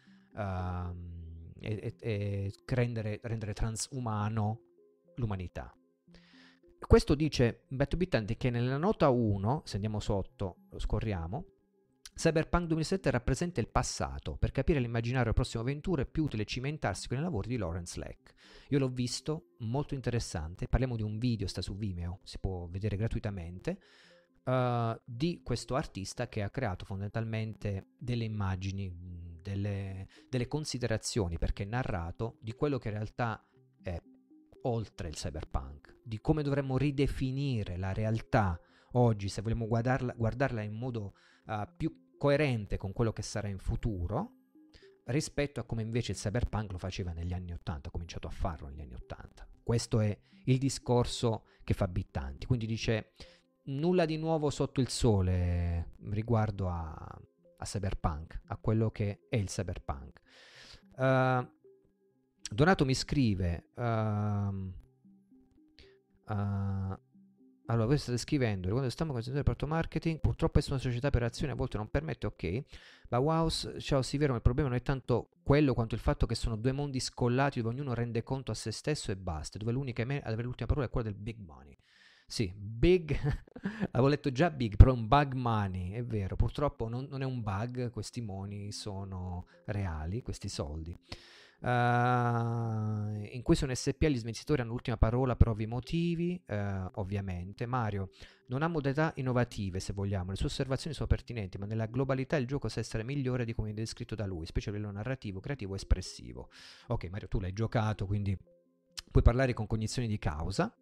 e rendere transumano l'umanità. Questo dice Matteo Bittanti che nella nota 1, se andiamo sotto, lo scorriamo, Cyberpunk 2007 rappresenta il passato. Per capire l'immaginario della prossima avventura è più utile cimentarsi con i lavori di Lawrence Leck. Io l'ho visto, molto interessante. Parliamo di un video, sta su Vimeo, si può vedere gratuitamente, di questo artista che ha creato fondamentalmente delle immagini, delle considerazioni, perché è narrato di quello che in realtà è oltre il cyberpunk, di come dovremmo ridefinire la realtà oggi se vogliamo guardarla in modo più coerente con quello che sarà in futuro, rispetto a come invece il cyberpunk lo faceva negli anni 80, ha cominciato a farlo negli anni 80. Questo è il discorso che fa Bittanti, quindi dice nulla di nuovo sotto il sole riguardo a cyberpunk, a quello che è il cyberpunk. Donato mi scrive allora, voi state scrivendo, quando stiamo considerando il reparto marketing, purtroppo essere una società per azioni a volte non permette, ok, ma wow, ciao, sì, vero, ma il problema non è tanto quello quanto il fatto che sono due mondi scollati dove ognuno rende conto a se stesso e basta, dove l'unica ad avere l'ultima parola è quella del big money. Sì, big, avevo letto già big, però è un bug money, è vero, purtroppo non è un bug, questi money sono reali, questi soldi. In cui sono SPA gli smenzitori hanno l'ultima parola per ovvi motivi, ovviamente. Mario non ha modalità innovative, se vogliamo, le sue osservazioni sono pertinenti, ma nella globalità il gioco sa essere migliore di come è descritto da lui, specie a livello narrativo, creativo e espressivo. Ok, Mario, tu l'hai giocato, quindi puoi parlare con cognizione di causa.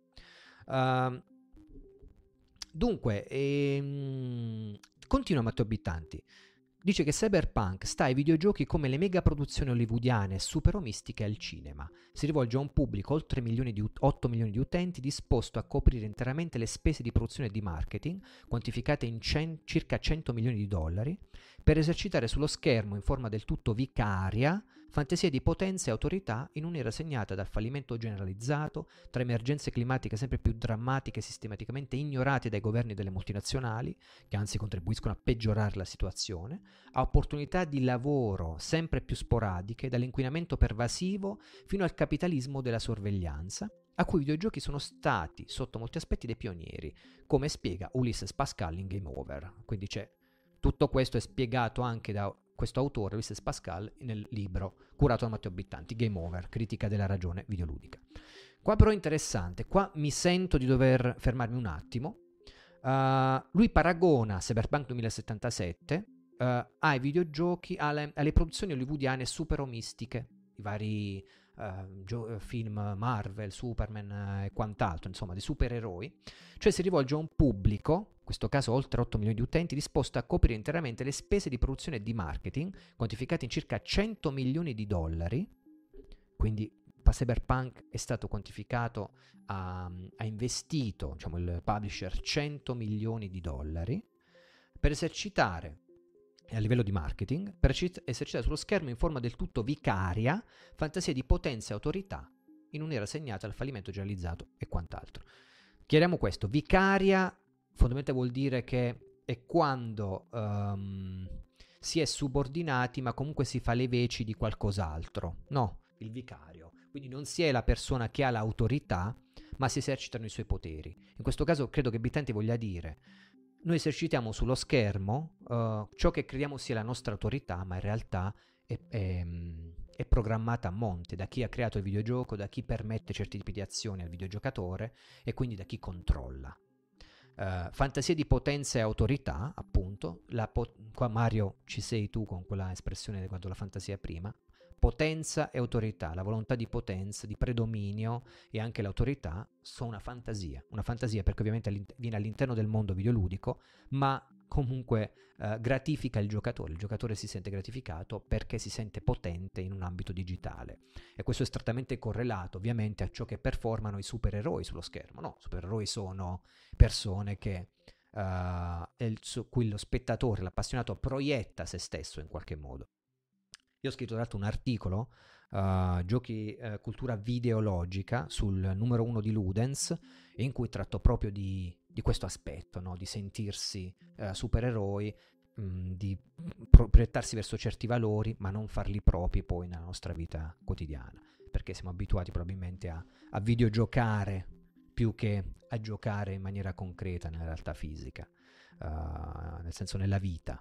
Dunque, continua Matteo Bittanti. Dice che Cyberpunk sta ai videogiochi come le mega produzioni hollywoodiane supero-mistiche al cinema. Si rivolge a un pubblico oltre 8 milioni di utenti disposto a coprire interamente le spese di produzione e di marketing, quantificate in circa 100 milioni di dollari, per esercitare sullo schermo in forma del tutto vicaria fantasie di potenza e autorità in un'era segnata dal fallimento generalizzato, tra emergenze climatiche sempre più drammatiche e sistematicamente ignorate dai governi delle multinazionali, che anzi contribuiscono a peggiorare la situazione, a opportunità di lavoro sempre più sporadiche, dall'inquinamento pervasivo fino al capitalismo della sorveglianza, a cui i videogiochi sono stati, sotto molti aspetti, dei pionieri, come spiega Ulysses Pascal in Game Over. Quindi tutto questo è spiegato anche da questo autore, Ulysses Pascal, nel libro curato da Matteo Bittanti, Game Over, critica della ragione videoludica. Qua però è interessante, qua mi sento di dover fermarmi un attimo. Lui paragona Cyberpunk 2077 ai videogiochi, alle produzioni hollywoodiane superomistiche, i vari film Marvel, Superman e quant'altro, insomma, di supereroi, cioè si rivolge a un pubblico, in questo caso oltre 8 milioni di utenti, disposto a coprire interamente le spese di produzione e di marketing, quantificate in circa 100 milioni di dollari, quindi Cyberpunk è stato quantificato, ha investito, diciamo, il publisher 100 milioni di dollari per esercitare a livello di marketing, per esercitare sullo schermo in forma del tutto vicaria fantasia di potenza e autorità in un'era segnata dal fallimento generalizzato e quant'altro. Chiariamo questo, vicaria fondamentalmente vuol dire che è quando si è subordinati ma comunque si fa le veci di qualcos'altro, no, il vicario. Quindi non si è la persona che ha l'autorità, ma si esercitano i suoi poteri. In questo caso credo che Bittanti voglia dire: noi esercitiamo sullo schermo ciò che crediamo sia la nostra autorità, ma in realtà è programmata a monte da chi ha creato il videogioco, da chi permette certi tipi di azioni al videogiocatore e quindi da chi controlla. Fantasia di potenza e autorità, appunto. Qua Mario ci sei tu con quella espressione riguardo la fantasia prima. Potenza e autorità, la volontà di potenza, di predominio e anche l'autorità sono una fantasia perché ovviamente viene all'interno del mondo videoludico, ma comunque gratifica il giocatore si sente gratificato perché si sente potente in un ambito digitale, e questo è strettamente correlato ovviamente a ciò che performano i supereroi sullo schermo. No, supereroi sono persone che su cui lo spettatore, l'appassionato, proietta se stesso in qualche modo. Io ho scritto tra l'altro un articolo, cultura videologica, sul numero 1 di Ludens, in cui tratto proprio di questo aspetto, no? Di sentirsi supereroi, di proiettarsi verso certi valori, ma non farli propri poi nella nostra vita quotidiana, perché siamo abituati probabilmente a videogiocare più che a giocare in maniera concreta nella realtà fisica, nel senso nella vita.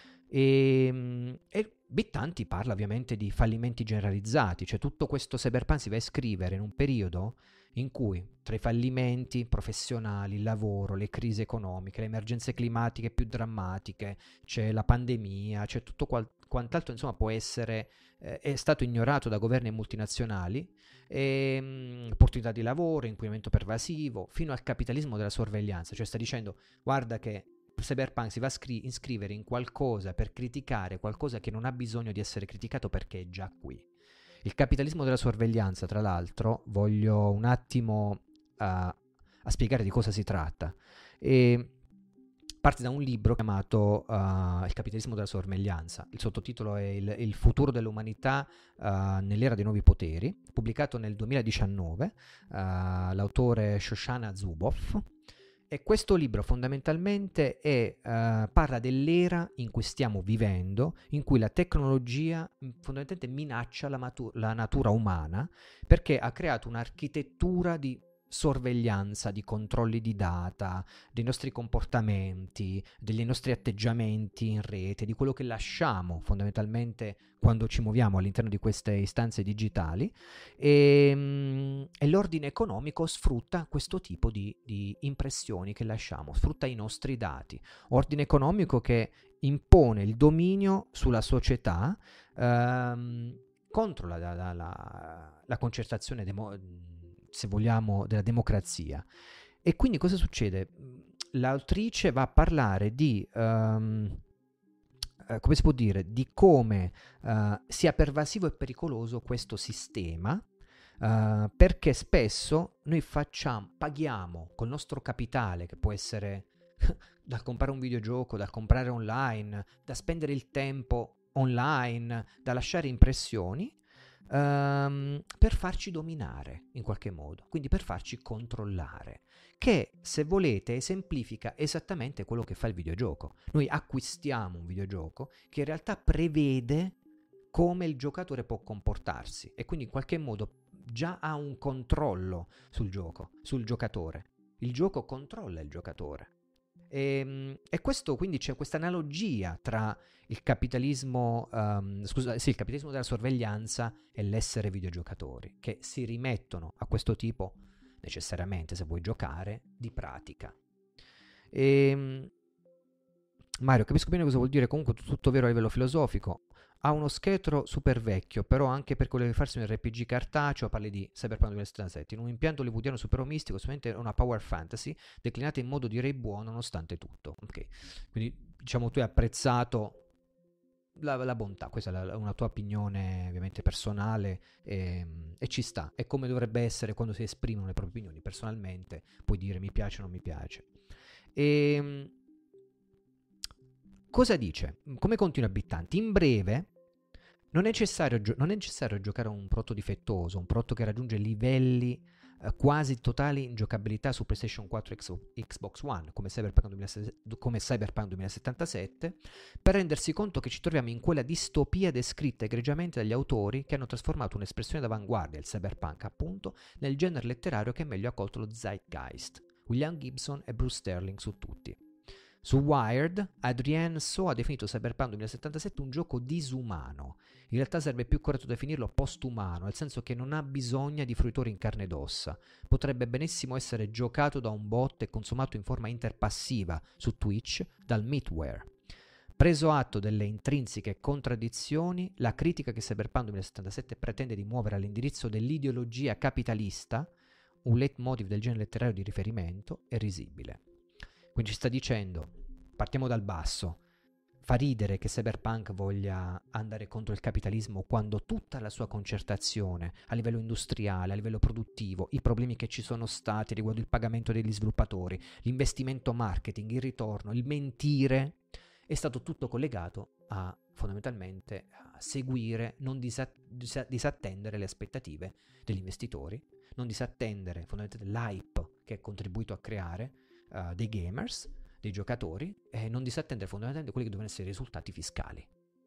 E Bittanti parla ovviamente di fallimenti generalizzati, cioè tutto questo cyberpunk si va a scrivere in un periodo in cui tra i fallimenti professionali, il lavoro, le crisi economiche, le emergenze climatiche più drammatiche, c'è la pandemia, c'è tutto quant'altro, insomma, può essere è stato ignorato da governi e multinazionali, opportunità di lavoro, inquinamento pervasivo, fino al capitalismo della sorveglianza, cioè sta dicendo: guarda che Cyberpunk si va a iscrivere in qualcosa per criticare qualcosa che non ha bisogno di essere criticato perché è già qui. Il capitalismo della sorveglianza, tra l'altro, voglio un attimo a spiegare di cosa si tratta. E parte da un libro chiamato Il capitalismo della sorveglianza. Il sottotitolo è Il futuro dell'umanità nell'era dei nuovi poteri, pubblicato nel 2019, l'autore Shoshana Zuboff. E questo libro fondamentalmente parla dell'era in cui stiamo vivendo, in cui la tecnologia fondamentalmente minaccia la natura umana, perché ha creato un'architettura di sorveglianza, di controlli di data, dei nostri comportamenti, dei nostri atteggiamenti in rete, di quello che lasciamo fondamentalmente quando ci muoviamo all'interno di queste istanze digitali, e l'ordine economico sfrutta questo tipo di impressioni che lasciamo, sfrutta i nostri dati. Ordine economico che impone il dominio sulla società contro la concertazione se vogliamo, della democrazia. E quindi cosa succede? L'autrice va a parlare di come si può dire, di come sia pervasivo e pericoloso questo sistema, perché spesso noi paghiamo col nostro capitale, che può essere dal comprare un videogioco, dal comprare online, da spendere il tempo online, da lasciare impressioni, per farci dominare in qualche modo, quindi per farci controllare, che se volete esemplifica esattamente quello che fa il videogioco. Noi acquistiamo un videogioco che in realtà prevede come il giocatore può comportarsi e quindi in qualche modo già ha un controllo sul gioco, sul giocatore. Il gioco controlla il giocatore. E questo, quindi c'è questa analogia tra il capitalismo, il capitalismo della sorveglianza e l'essere videogiocatori, che si rimettono a questo tipo, necessariamente, se vuoi giocare, di pratica. Mario, capisco bene cosa vuol dire, comunque tutto vero a livello filosofico. ha uno scheletro super vecchio, però anche per quello di farsi un RPG cartaceo, parli di Cyberpunk 2077, in un impianto hollywoodiano super mistico, solamente è una power fantasy declinata in modo direi buono nonostante tutto. Ok, quindi diciamo tu hai apprezzato la bontà, questa è una tua opinione ovviamente personale e ci sta, è come dovrebbe essere quando si esprimono le proprie opinioni. Personalmente puoi dire mi piace o non mi piace. E cosa dice? Come continua Bittanti? In breve, non è necessario giocare a un prodotto difettoso, un prodotto che raggiunge livelli quasi totali in giocabilità su PlayStation 4 e Xbox One, come Cyberpunk 2077, per rendersi conto che ci troviamo in quella distopia descritta egregiamente dagli autori che hanno trasformato un'espressione d'avanguardia, il cyberpunk appunto, nel genere letterario che meglio ha colto lo zeitgeist. William Gibson e Bruce Sterling su tutti. Su Wired, Adrienne So ha definito Cyberpunk 2077 un gioco disumano. In realtà sarebbe più corretto definirlo postumano, nel senso che non ha bisogno di fruitori in carne ed ossa. Potrebbe benissimo essere giocato da un bot e consumato in forma interpassiva su Twitch dal Meatware. Preso atto delle intrinseche contraddizioni, la critica che Cyberpunk 2077 pretende di muovere all'indirizzo dell'ideologia capitalista, un leitmotiv del genere letterario di riferimento, è risibile. Quindi ci sta dicendo, partiamo dal basso, fa ridere che Cyberpunk voglia andare contro il capitalismo quando tutta la sua concertazione a livello industriale, a livello produttivo, i problemi che ci sono stati riguardo il pagamento degli sviluppatori, l'investimento marketing, il ritorno, il mentire, è stato tutto collegato a fondamentalmente a seguire, non disattendere le aspettative degli investitori, non disattendere fondamentalmente l'hype che ha contribuito a creare dei gamers, dei giocatori, e non disattendere fondamentalmente quelli che devono essere i risultati fiscali.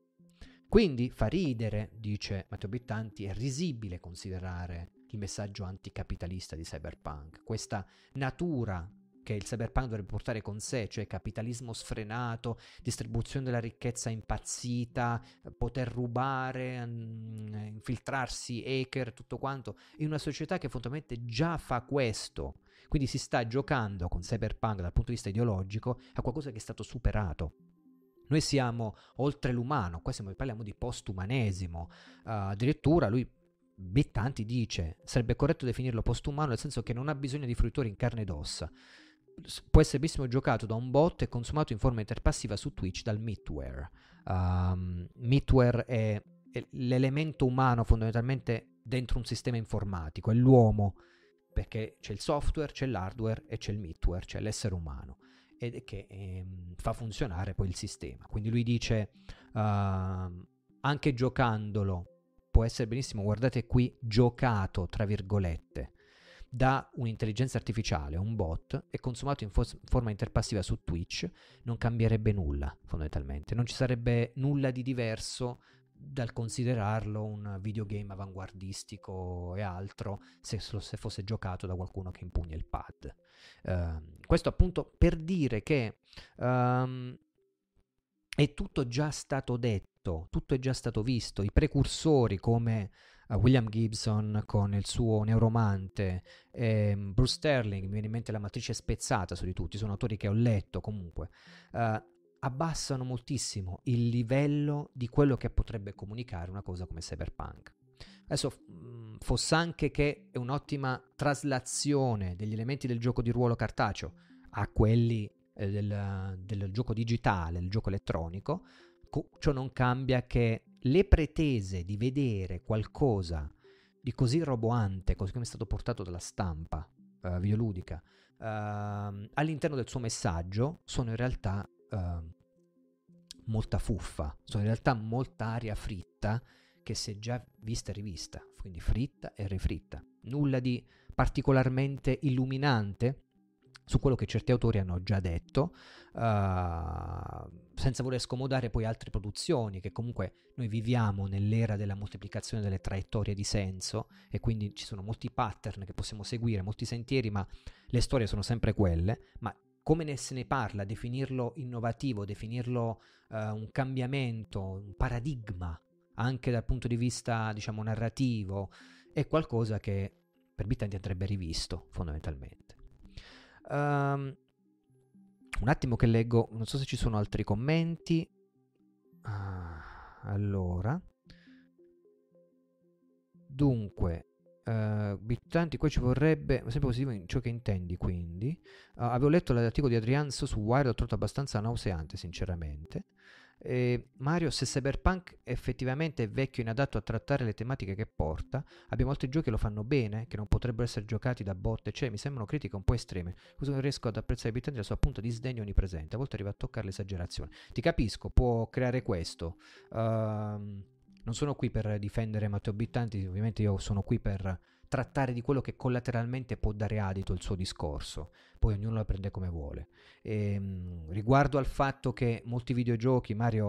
Quindi fa ridere, dice Matteo Bittanti, è risibile considerare il messaggio anticapitalista di Cyberpunk, questa natura che il Cyberpunk dovrebbe portare con sé, cioè capitalismo sfrenato, distribuzione della ricchezza impazzita, poter rubare, infiltrarsi, hacker, tutto quanto, in una società che fondamentalmente già fa questo. Quindi si sta giocando con Cyberpunk dal punto di vista ideologico a qualcosa che è stato superato. Noi siamo oltre l'umano, qua parliamo di postumanesimo. Addirittura lui, Bittanti, dice sarebbe corretto definirlo postumano nel senso che non ha bisogno di fruitori in carne ed ossa. Può essere benissimo giocato da un bot e consumato in forma interpassiva su Twitch dal Meatware. Meatware è l'elemento umano fondamentalmente dentro un sistema informatico, è l'uomo, perché c'è il software, c'è l'hardware e c'è il middleware, cioè l'essere umano, ed che fa funzionare poi il sistema. Quindi lui dice anche giocandolo può essere benissimo, guardate qui, giocato tra virgolette da un'intelligenza artificiale, un bot, e consumato in forma interpassiva su Twitch, non cambierebbe nulla fondamentalmente, non ci sarebbe nulla di diverso dal considerarlo un videogame avanguardistico e altro se fosse giocato da qualcuno che impugna il pad. Questo appunto per dire che è tutto già stato detto, tutto è già stato visto, i precursori come William Gibson con il suo Neuromante, Bruce Sterling, mi viene in mente La matrice spezzata su di tutti, sono autori che ho letto comunque, abbassano moltissimo il livello di quello che potrebbe comunicare una cosa come Cyberpunk. Adesso fosse anche che è un'ottima traslazione degli elementi del gioco di ruolo cartaceo a quelli del gioco digitale, del gioco elettronico, ciò non cambia che le pretese di vedere qualcosa di così roboante, così come è stato portato dalla stampa videoludica, all'interno del suo messaggio sono in realtà molta fuffa, sono in realtà molta aria fritta che si è già vista e rivista, quindi fritta e rifritta. Nulla di particolarmente illuminante su quello che certi autori hanno già detto, senza voler scomodare poi altre produzioni, che comunque noi viviamo nell'era della moltiplicazione delle traiettorie di senso e quindi ci sono molti pattern che possiamo seguire, molti sentieri, ma le storie sono sempre quelle. Ma come se ne parla, definirlo innovativo, definirlo un cambiamento, un paradigma, anche dal punto di vista, diciamo, narrativo, è qualcosa che per Bittanti andrebbe rivisto, fondamentalmente. Un attimo che leggo, non so se ci sono altri commenti. allora, dunque, tanti qua ci vorrebbe, sempre positivo in ciò che intendi, quindi. Avevo letto l'articolo di Adrianzo su Wired, l'ho trovato abbastanza nauseante, sinceramente. Mario, se Cyberpunk effettivamente è vecchio e inadatto a trattare le tematiche che porta, abbiamo altri giochi che lo fanno bene, che non potrebbero essere giocati da bot, cioè mi sembrano critiche un po' estreme. Così non riesco ad apprezzare i abitanti della sua appunto di sdegno onnipresente. A volte arriva a toccare l'esagerazione. Ti capisco, può creare questo. Non sono qui per difendere Matteo Bittanti, ovviamente io sono qui per trattare di quello che collateralmente può dare adito il suo discorso, poi ognuno la prende come vuole. Riguardo al fatto che molti videogiochi, Mario,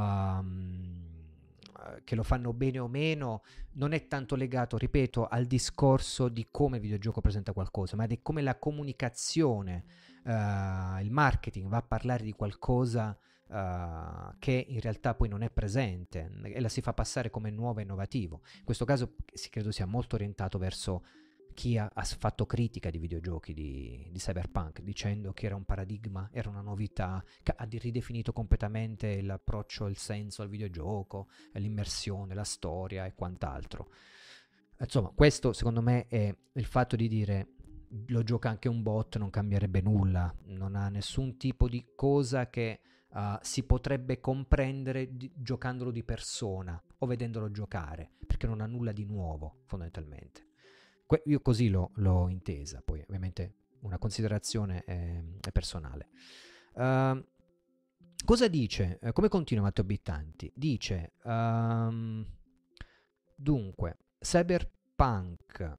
che lo fanno bene o meno, non è tanto legato, ripeto, al discorso di come il videogioco presenta qualcosa, ma di come la comunicazione, il marketing va a parlare di qualcosa che in realtà poi non è presente e la si fa passare come nuovo e innovativo. In questo caso credo sia molto orientato verso chi ha fatto critica di videogiochi di Cyberpunk, dicendo che era un paradigma, era una novità, che ha ridefinito completamente l'approccio, il senso al videogioco, l'immersione, la storia e quant'altro. Insomma, questo secondo me è il fatto di dire lo gioca anche un bot, non cambierebbe nulla, non ha nessun tipo di cosa che si potrebbe comprendere giocandolo di persona o vedendolo giocare, perché non ha nulla di nuovo fondamentalmente. Io così l'ho intesa, poi ovviamente una considerazione è personale. Cosa dice? Come continua Matteo Bittanti? Dice, dunque, Cyberpunk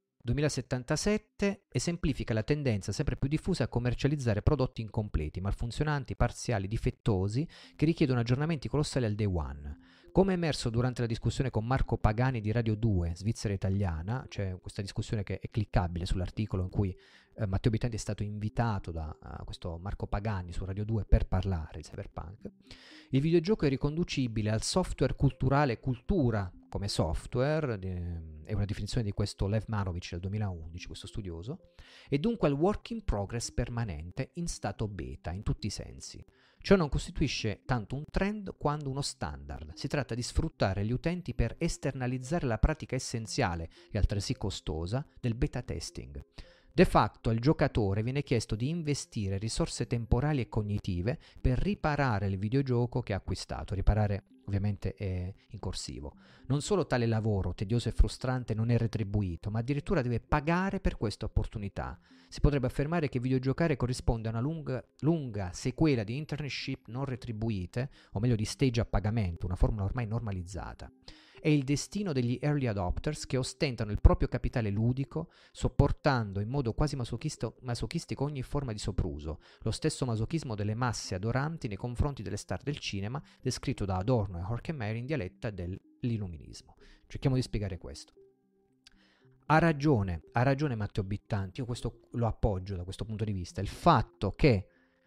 2077 esemplifica la tendenza sempre più diffusa a commercializzare prodotti incompleti, malfunzionanti, parziali, difettosi, che richiedono aggiornamenti colossali al day one. Come emerso durante la discussione con Marco Pagani di Radio 2, Svizzera Italiana, c'è questa discussione che è cliccabile sull'articolo in cui Matteo Bittanti è stato invitato da questo Marco Pagani su Radio 2 per parlare di Cyberpunk, il videogioco è riconducibile al software culturale cultura come software, è una definizione di questo Lev Marovic del 2011, questo studioso, e dunque al work in progress permanente in stato beta in tutti i sensi. Ciò non costituisce tanto un trend quanto uno standard. Si tratta di sfruttare gli utenti per esternalizzare la pratica essenziale e altresì costosa del beta testing. De facto al giocatore viene chiesto di investire risorse temporali e cognitive per riparare il videogioco che ha acquistato. Riparare ovviamente è in corsivo. Non solo tale lavoro, tedioso e frustrante, non è retribuito, ma addirittura deve pagare per questa opportunità. Si potrebbe affermare che videogiocare corrisponde a una lunga sequela di internship non retribuite, o meglio di stage a pagamento, una formula ormai normalizzata. È il destino degli early adopters che ostentano il proprio capitale ludico, sopportando in modo quasi masochistico ogni forma di sopruso, lo stesso masochismo delle masse adoranti nei confronti delle star del cinema, descritto da Adorno e Horkheimer in dialetta dell'illuminismo. Cerchiamo di spiegare questo. Ha ragione Matteo Bittanti, io questo lo appoggio da questo punto di vista, il fatto che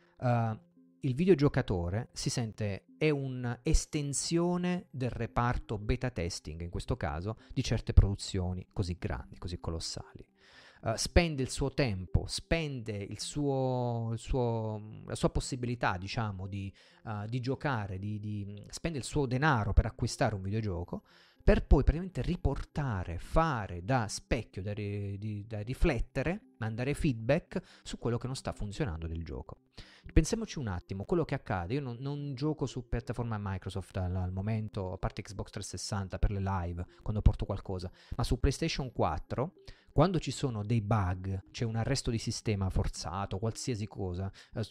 il videogiocatore si sente è un'estensione del reparto beta testing, in questo caso, di certe produzioni così grandi, così colossali. Spende il suo tempo, spende la sua possibilità, diciamo, di giocare, spende il suo denaro per acquistare un videogioco, per poi praticamente riportare, fare da specchio, da riflettere, mandare feedback su quello che non sta funzionando del gioco. Pensiamoci un attimo, quello che accade, io non gioco su piattaforma Microsoft al momento, a parte Xbox 360 per le live, quando porto qualcosa, ma su PlayStation 4, quando ci sono dei bug, c'è un arresto di sistema forzato, qualsiasi cosa,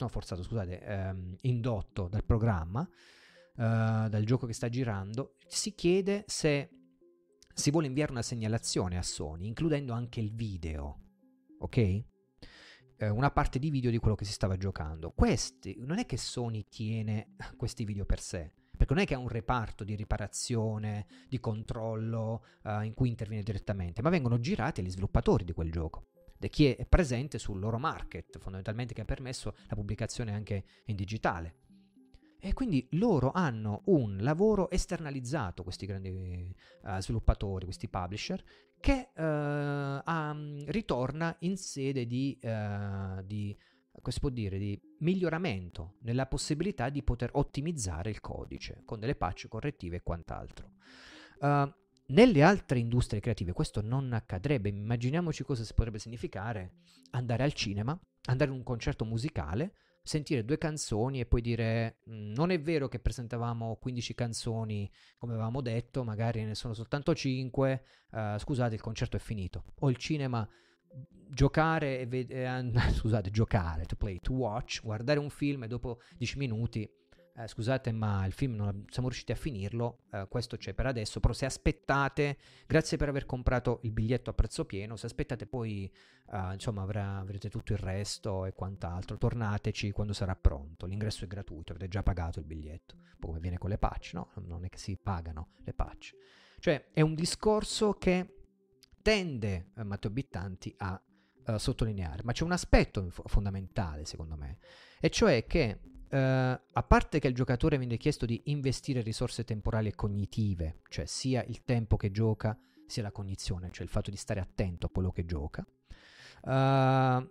indotto dal programma, dal gioco che sta girando, si chiede se si vuole inviare una segnalazione a Sony, includendo anche il video, ok? Una parte di video di quello che si stava giocando. Questi, non è che Sony tiene questi video per sé, perché non è che ha un reparto di riparazione, di controllo in cui interviene direttamente, ma vengono girati agli sviluppatori di quel gioco, da chi è presente sul loro market, fondamentalmente, che ha permesso la pubblicazione anche in digitale. E quindi loro hanno un lavoro esternalizzato, questi grandi sviluppatori, questi publisher, che ritorna in sede di come si può dire, di miglioramento nella possibilità di poter ottimizzare il codice con delle patch correttive e quant'altro. Nelle altre industrie creative questo non accadrebbe. Immaginiamoci cosa potrebbe significare andare al cinema, andare a un concerto musicale, sentire 2 canzoni e poi dire non è vero che presentavamo 15 canzoni come avevamo detto, magari ne sono soltanto 5, scusate, il concerto è finito. O il cinema, giocare giocare, to play, to watch, guardare un film e dopo 10 minuti scusate ma il film non siamo riusciti a finirlo, questo c'è per adesso, però se aspettate, grazie per aver comprato il biglietto a prezzo pieno, se aspettate poi insomma avrete tutto il resto e quant'altro, tornateci quando sarà pronto, l'ingresso è gratuito, avete già pagato il biglietto, poi come viene con le patch, no? Non è che si pagano le patch, cioè è un discorso che tende Matteo Bittanti a sottolineare, ma c'è un aspetto fondamentale secondo me, e cioè che a parte che al giocatore viene chiesto di investire risorse temporali e cognitive, cioè sia il tempo che gioca sia la cognizione, cioè il fatto di stare attento a quello che gioca, non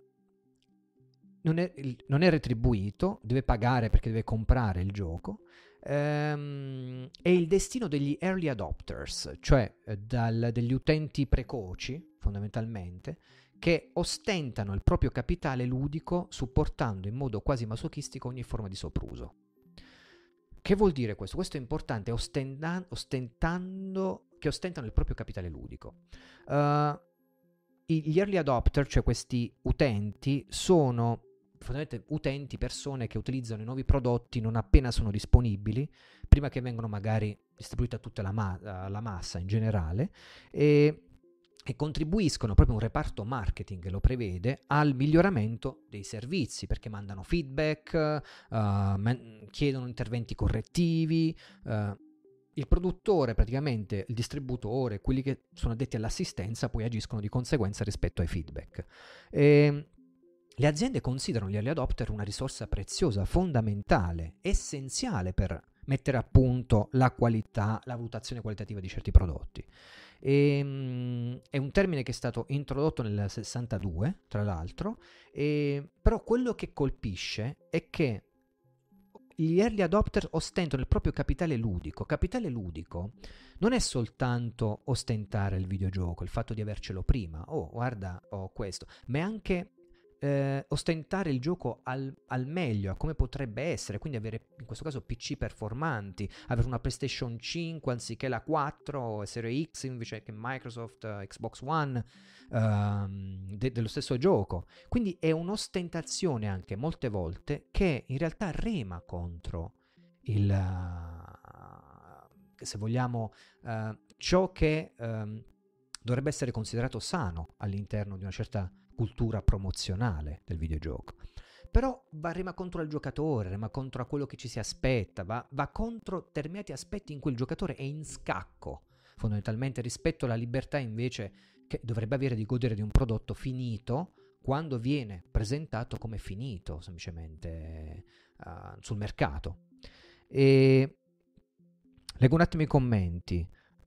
è retribuito, deve pagare perché deve comprare il gioco, è il destino degli early adopters, cioè degli utenti precoci fondamentalmente, che ostentano il proprio capitale ludico supportando in modo quasi masochistico ogni forma di sopruso. Che vuol dire questo? Questo è importante, che ostentano il proprio capitale ludico. Gli early adopter, cioè questi utenti, sono fondamentalmente utenti, persone che utilizzano i nuovi prodotti non appena sono disponibili, prima che vengano magari distribuiti a tutta la massa in generale, e contribuiscono, proprio un reparto marketing lo prevede, al miglioramento dei servizi, perché mandano feedback, chiedono interventi correttivi, il produttore, praticamente il distributore, quelli che sono addetti all'assistenza poi agiscono di conseguenza rispetto ai feedback. Le aziende considerano gli early adopter una risorsa preziosa, fondamentale, essenziale per mettere a punto la qualità, la valutazione qualitativa di certi prodotti. È un termine che è stato introdotto nel 62, tra l'altro, però quello che colpisce è che gli early adopter ostentano il proprio capitale ludico. Capitale ludico non è soltanto ostentare il videogioco, il fatto di avercelo prima, guarda, ho questo, ma è anche ostentare il gioco al meglio, a come potrebbe essere, quindi avere in questo caso PC performanti, avere una PlayStation 5 anziché la 4, Serie X invece che Microsoft, Xbox One, dello stesso gioco. Quindi è un'ostentazione anche molte volte che in realtà rema contro il, se vogliamo, ciò che dovrebbe essere considerato sano all'interno di una certa cultura promozionale del videogioco. Però rema contro il giocatore, rema contro a quello che ci si aspetta, va contro determinati aspetti in cui il giocatore è in scacco, fondamentalmente, rispetto alla libertà invece che dovrebbe avere di godere di un prodotto finito quando viene presentato come finito, semplicemente sul mercato. E leggo un attimo i commenti.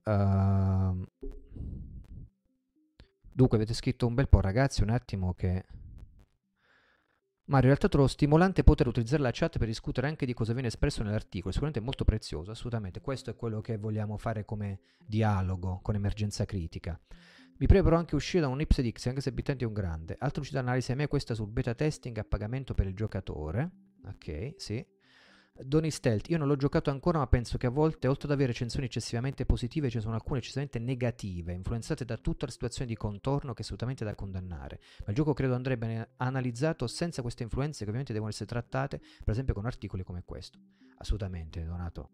Dunque avete scritto un bel po', ragazzi, un attimo che... Mario, in realtà trovo stimolante poter utilizzare la chat per discutere anche di cosa viene espresso nell'articolo, sicuramente è molto prezioso, assolutamente, questo è quello che vogliamo fare come dialogo con Emergenza Critica. Mi preme però anche uscire da un YpsDX, anche se Bittanti è un grande. Altra uscita d'analisi a me è questa sul beta testing a pagamento per il giocatore. Ok, sì. Donny Stelt, io non l'ho giocato ancora, ma penso che a volte, oltre ad avere recensioni eccessivamente positive, ci sono alcune eccessivamente negative, influenzate da tutta la situazione di contorno che è assolutamente da condannare. Ma il gioco credo andrebbe analizzato senza queste influenze che ovviamente devono essere trattate, per esempio con articoli come questo. Assolutamente, Donato.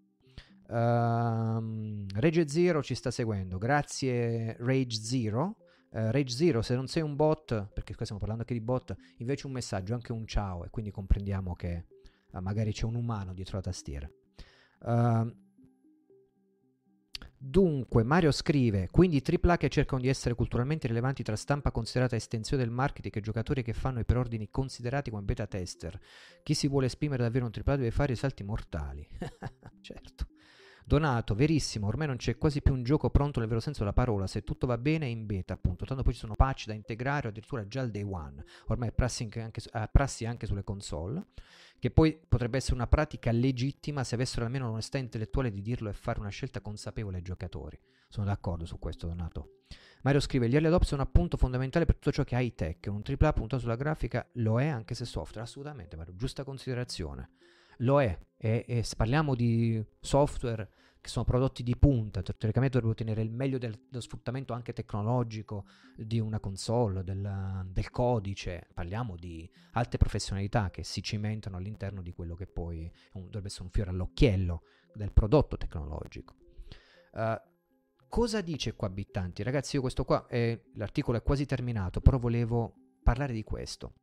Rage Zero ci sta seguendo, grazie Rage Zero. Rage Zero, se non sei un bot, perché qua stiamo parlando anche di bot, invece un messaggio, anche un ciao, e quindi comprendiamo che magari c'è un umano dietro la tastiera. Dunque, Mario scrive, quindi i AAA che cercano di essere culturalmente rilevanti tra stampa considerata estensione del marketing e giocatori che fanno i preordini considerati come beta tester. Chi si vuole esprimere davvero un AAA deve fare i salti mortali. Certo. Donato, verissimo, ormai non c'è quasi più un gioco pronto nel vero senso della parola, se tutto va bene è in beta, appunto, tanto poi ci sono patch da integrare o addirittura già al day one, ormai è prassi anche sulle console, che poi potrebbe essere una pratica legittima se avessero almeno l'onestà intellettuale di dirlo e fare una scelta consapevole ai giocatori. Sono d'accordo su questo, Donato. Mario scrive, gli early adopter sono appunto fondamentali per tutto ciò che è high tech, un AAA puntato sulla grafica lo è anche se software, assolutamente Mario, giusta considerazione. Lo è, e se parliamo di software che sono prodotti di punta, teoricamente dovrebbero ottenere il meglio dello sfruttamento anche tecnologico di una console, del codice, parliamo di alte professionalità che si cimentano all'interno di quello che poi dovrebbe essere un fiore all'occhiello del prodotto tecnologico. Cosa dice qua Bittanti? Ragazzi, io questo qua, l'articolo è quasi terminato, però volevo parlare di questo.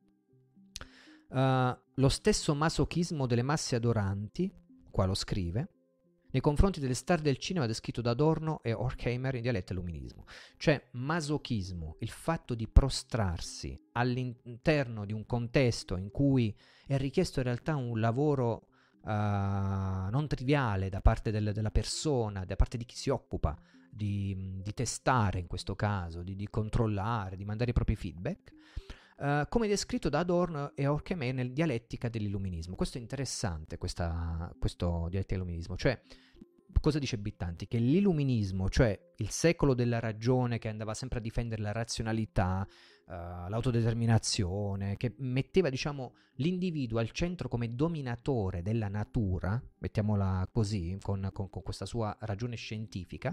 Lo stesso masochismo delle masse adoranti, qua lo scrive, nei confronti delle star del cinema descritto da Adorno e Horkheimer in dialetto illuminismo. Cioè, masochismo, il fatto di prostrarsi all'interno di un contesto in cui è richiesto in realtà un lavoro non triviale da parte della persona, da parte di chi si occupa di testare in questo caso, di controllare, di mandare i propri feedback, come descritto da Adorno e Horkheimer nel Dialettica dell'Illuminismo. Questo è interessante, questo Dialettica dell'Illuminismo. Cioè, cosa dice Bittanti? Che l'Illuminismo, cioè il secolo della ragione che andava sempre a difendere la razionalità, l'autodeterminazione, che metteva, diciamo, l'individuo al centro come dominatore della natura, mettiamola così, con questa sua ragione scientifica,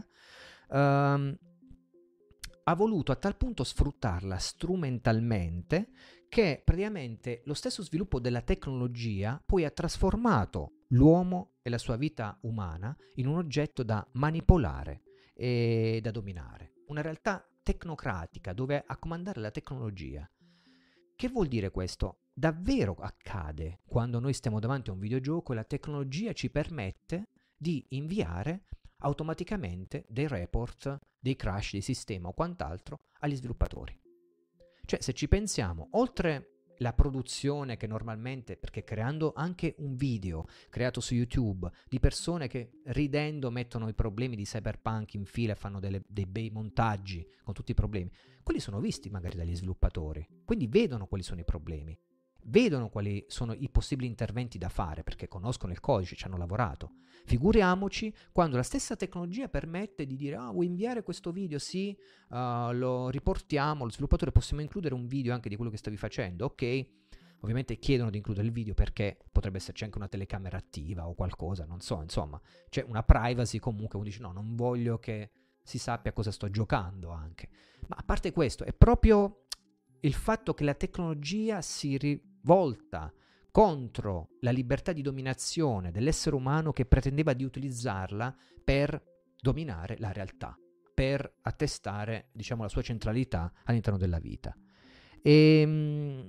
ha voluto a tal punto sfruttarla strumentalmente che praticamente lo stesso sviluppo della tecnologia poi ha trasformato l'uomo e la sua vita umana in un oggetto da manipolare e da dominare. Una realtà tecnocratica dove a comandare la tecnologia. Che vuol dire questo? Davvero accade quando noi stiamo davanti a un videogioco e la tecnologia ci permette di inviare automaticamente dei report, dei crash di sistema o quant'altro agli sviluppatori. Cioè, se ci pensiamo, oltre la produzione che normalmente, perché creando anche un video creato su YouTube di persone che ridendo mettono i problemi di Cyberpunk in fila e fanno dei bei montaggi con tutti i problemi, quelli sono visti magari dagli sviluppatori, quindi vedono quali sono i problemi, vedono quali sono i possibili interventi da fare perché conoscono il codice, ci hanno lavorato. Figuriamoci quando la stessa tecnologia permette di dire vuoi inviare questo video? Sì, lo riportiamo, lo sviluppatore possiamo includere un video anche di quello che stavi facendo, ok? Ovviamente chiedono di includere il video perché potrebbe esserci anche una telecamera attiva o qualcosa, non so, insomma, c'è una privacy comunque, uno dice no, non voglio che si sappia cosa sto giocando anche. Ma a parte questo, è proprio il fatto che la tecnologia si rivolta contro la libertà di dominazione dell'essere umano che pretendeva di utilizzarla per dominare la realtà, per attestare, diciamo, la sua centralità all'interno della vita. E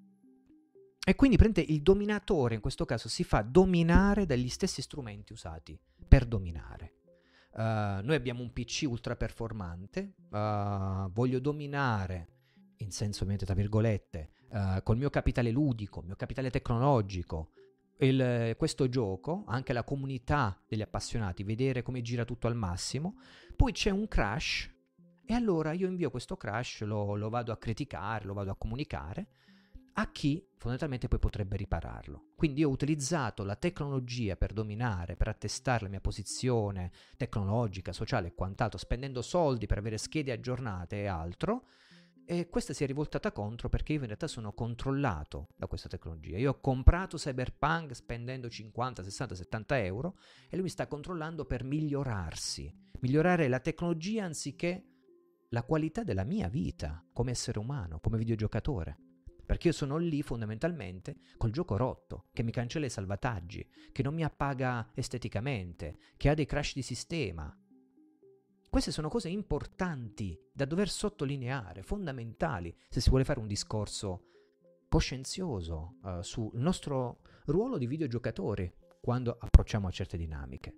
quindi il dominatore in questo caso si fa dominare dagli stessi strumenti usati per dominare. Noi abbiamo un PC ultra performante, voglio dominare, in senso ovviamente tra virgolette, col mio capitale ludico, il mio capitale tecnologico, questo gioco, anche la comunità degli appassionati, vedere come gira tutto al massimo, poi c'è un crash e allora io invio questo crash, lo vado a criticare, lo vado a comunicare a chi fondamentalmente poi potrebbe ripararlo. Quindi io ho utilizzato la tecnologia per dominare, per attestare la mia posizione tecnologica, sociale e quant'altro, spendendo soldi per avere schede aggiornate e altro, e questa si è rivoltata contro perché io in realtà sono controllato da questa tecnologia. Io ho comprato Cyberpunk spendendo 50, 60, 70 euro e lui mi sta controllando per migliorare la tecnologia anziché la qualità della mia vita come essere umano, come videogiocatore. Perché io sono lì fondamentalmente col gioco rotto, che mi cancella i salvataggi, che non mi appaga esteticamente, che ha dei crash di sistema. Queste sono cose importanti da dover sottolineare, fondamentali, se si vuole fare un discorso coscienzioso sul nostro ruolo di videogiocatori quando approcciamo a certe dinamiche.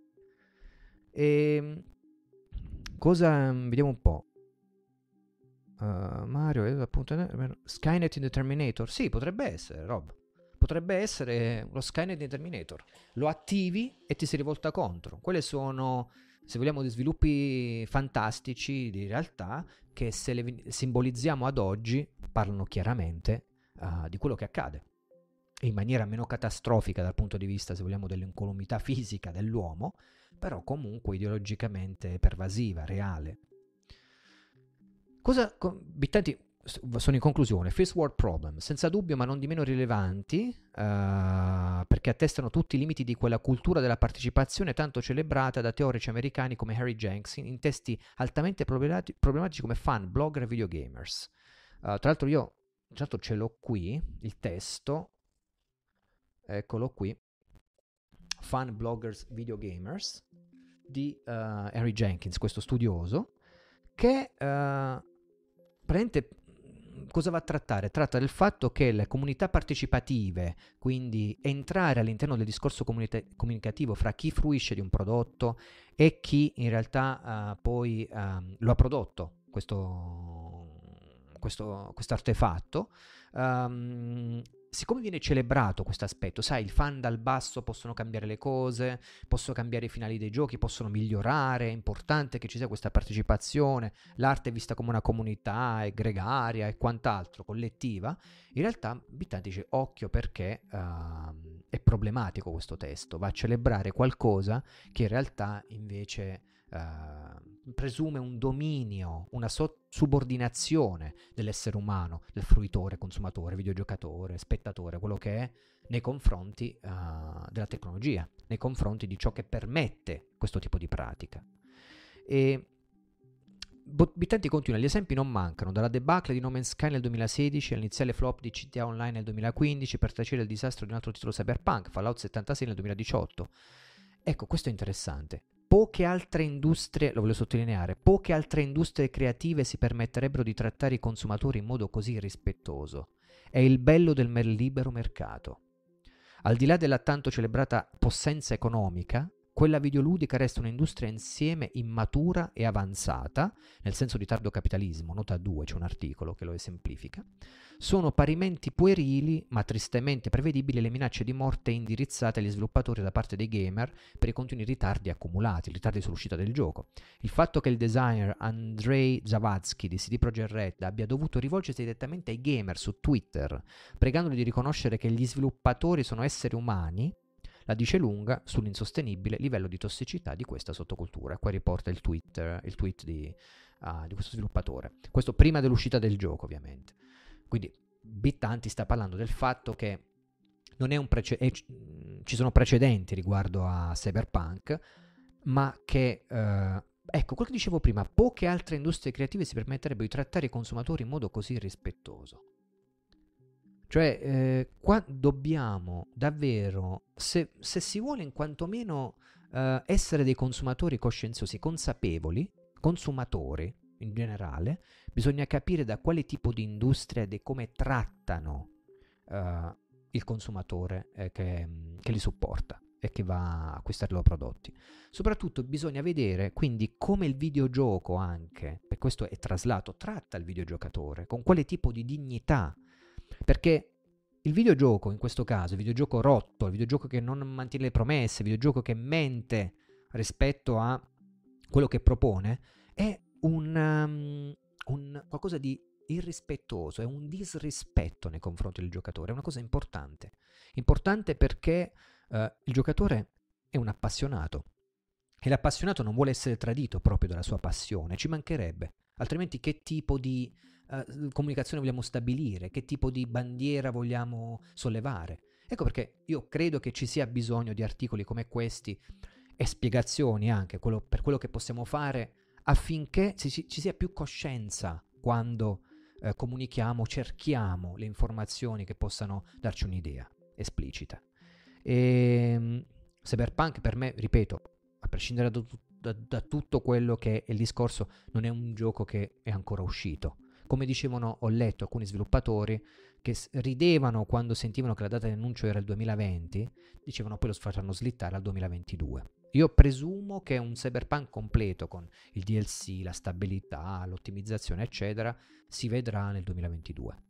Vediamo un po'. Mario, appunto, Skynet in the Terminator. Sì, potrebbe essere, Rob. potrebbe essere lo Skynet di Terminator. Lo attivi e ti si rivolta contro. Quelle sono, se vogliamo, dei sviluppi fantastici di realtà che, se le simbolizziamo ad oggi, parlano chiaramente di quello che accade, in maniera meno catastrofica dal punto di vista, se vogliamo, dell'incolumità fisica dell'uomo, però comunque ideologicamente pervasiva, reale. Bittanti sono in conclusione. First world problem, senza dubbio ma non di meno rilevanti, perché attestano tutti i limiti di quella cultura della partecipazione tanto celebrata da teorici americani come Harry Jenks in testi altamente problematici come fan, blogger e videogamers. Tra l'altro io ce l'ho qui, il testo, eccolo qui, Fan, Bloggers, Videogamers, di Henry Jenkins, questo studioso, che praticamente cosa va a trattare? Tratta del fatto che le comunità partecipative, quindi entrare all'interno del discorso comunicativo fra chi fruisce di un prodotto e chi in realtà poi lo ha prodotto, questo artefatto, siccome viene celebrato questo aspetto, sai, il fan dal basso possono cambiare le cose, possono cambiare i finali dei giochi, possono migliorare, è importante che ci sia questa partecipazione, l'arte è vista come una comunità, è gregaria e quant'altro, collettiva. In realtà Bittanti dice occhio perché è problematico questo testo, va a celebrare qualcosa che in realtà invece presume un dominio, una subordinazione dell'essere umano, del fruitore, consumatore, videogiocatore, spettatore, quello che è, nei confronti della tecnologia, nei confronti di ciò che permette questo tipo di pratica. E Bittanti continua, gli esempi non mancano, dalla debacle di No Man's Sky nel 2016 all'iniziale flop di GTA Online nel 2015 per tacere il disastro di un altro titolo cyberpunk, Fallout 76 nel 2018. Ecco, questo è interessante. Poche altre industrie, lo voglio sottolineare, poche altre industrie creative si permetterebbero di trattare i consumatori in modo così rispettoso. È il bello del libero mercato. Al di là della tanto celebrata possenza economica, quella videoludica resta un'industria insieme immatura e avanzata, nel senso di tardo capitalismo, nota 2, c'è un articolo che lo esemplifica. Sono parimenti puerili, ma tristemente prevedibili, le minacce di morte indirizzate agli sviluppatori da parte dei gamer per i continui ritardi accumulati, ritardi sull'uscita del gioco. Il fatto che il designer Andrei Zavadski di CD Projekt Red abbia dovuto rivolgersi direttamente ai gamer su Twitter, pregandoli di riconoscere che gli sviluppatori sono esseri umani, la dice lunga sull'insostenibile livello di tossicità di questa sottocultura. Qua riporta il tweet di questo sviluppatore. Questo prima dell'uscita del gioco, ovviamente. Quindi Bittanti sta parlando del fatto che non è ci sono precedenti riguardo a Cyberpunk, ma che, ecco, quello che dicevo prima, poche altre industrie creative si permetterebbero di trattare i consumatori in modo così rispettoso. Cioè, qua dobbiamo davvero, se si vuole in quantomeno essere dei consumatori coscienziosi, consapevoli, consumatori in generale, bisogna capire da quale tipo di industria ed e come trattano il consumatore che li supporta e che va a acquistare i loro prodotti. Soprattutto bisogna vedere quindi come il videogioco, anche per questo è traslato, tratta il videogiocatore, con quale tipo di dignità. Perché il videogioco, in questo caso, il videogioco rotto, il videogioco che non mantiene le promesse, il videogioco che mente rispetto a quello che propone, è un qualcosa di irrispettoso, è un disrispetto nei confronti del giocatore, è una cosa importante. Importante perché il giocatore è un appassionato e l'appassionato non vuole essere tradito proprio dalla sua passione, ci mancherebbe. Altrimenti che tipo di comunicazione vogliamo stabilire, che tipo di bandiera vogliamo sollevare. Ecco perché io credo che ci sia bisogno di articoli come questi e spiegazioni anche per quello che possiamo fare affinché ci sia più coscienza quando comunichiamo, cerchiamo le informazioni che possano darci un'idea esplicita. Cyberpunk per me, ripeto, a prescindere da tutto quello che è il discorso, non è un gioco che è ancora uscito. Come dicevano, ho letto alcuni sviluppatori che ridevano quando sentivano che la data di annuncio era il 2020, dicevano poi lo faranno slittare al 2022. Io presumo che un Cyberpunk completo con il DLC, la stabilità, l'ottimizzazione eccetera si vedrà nel 2022.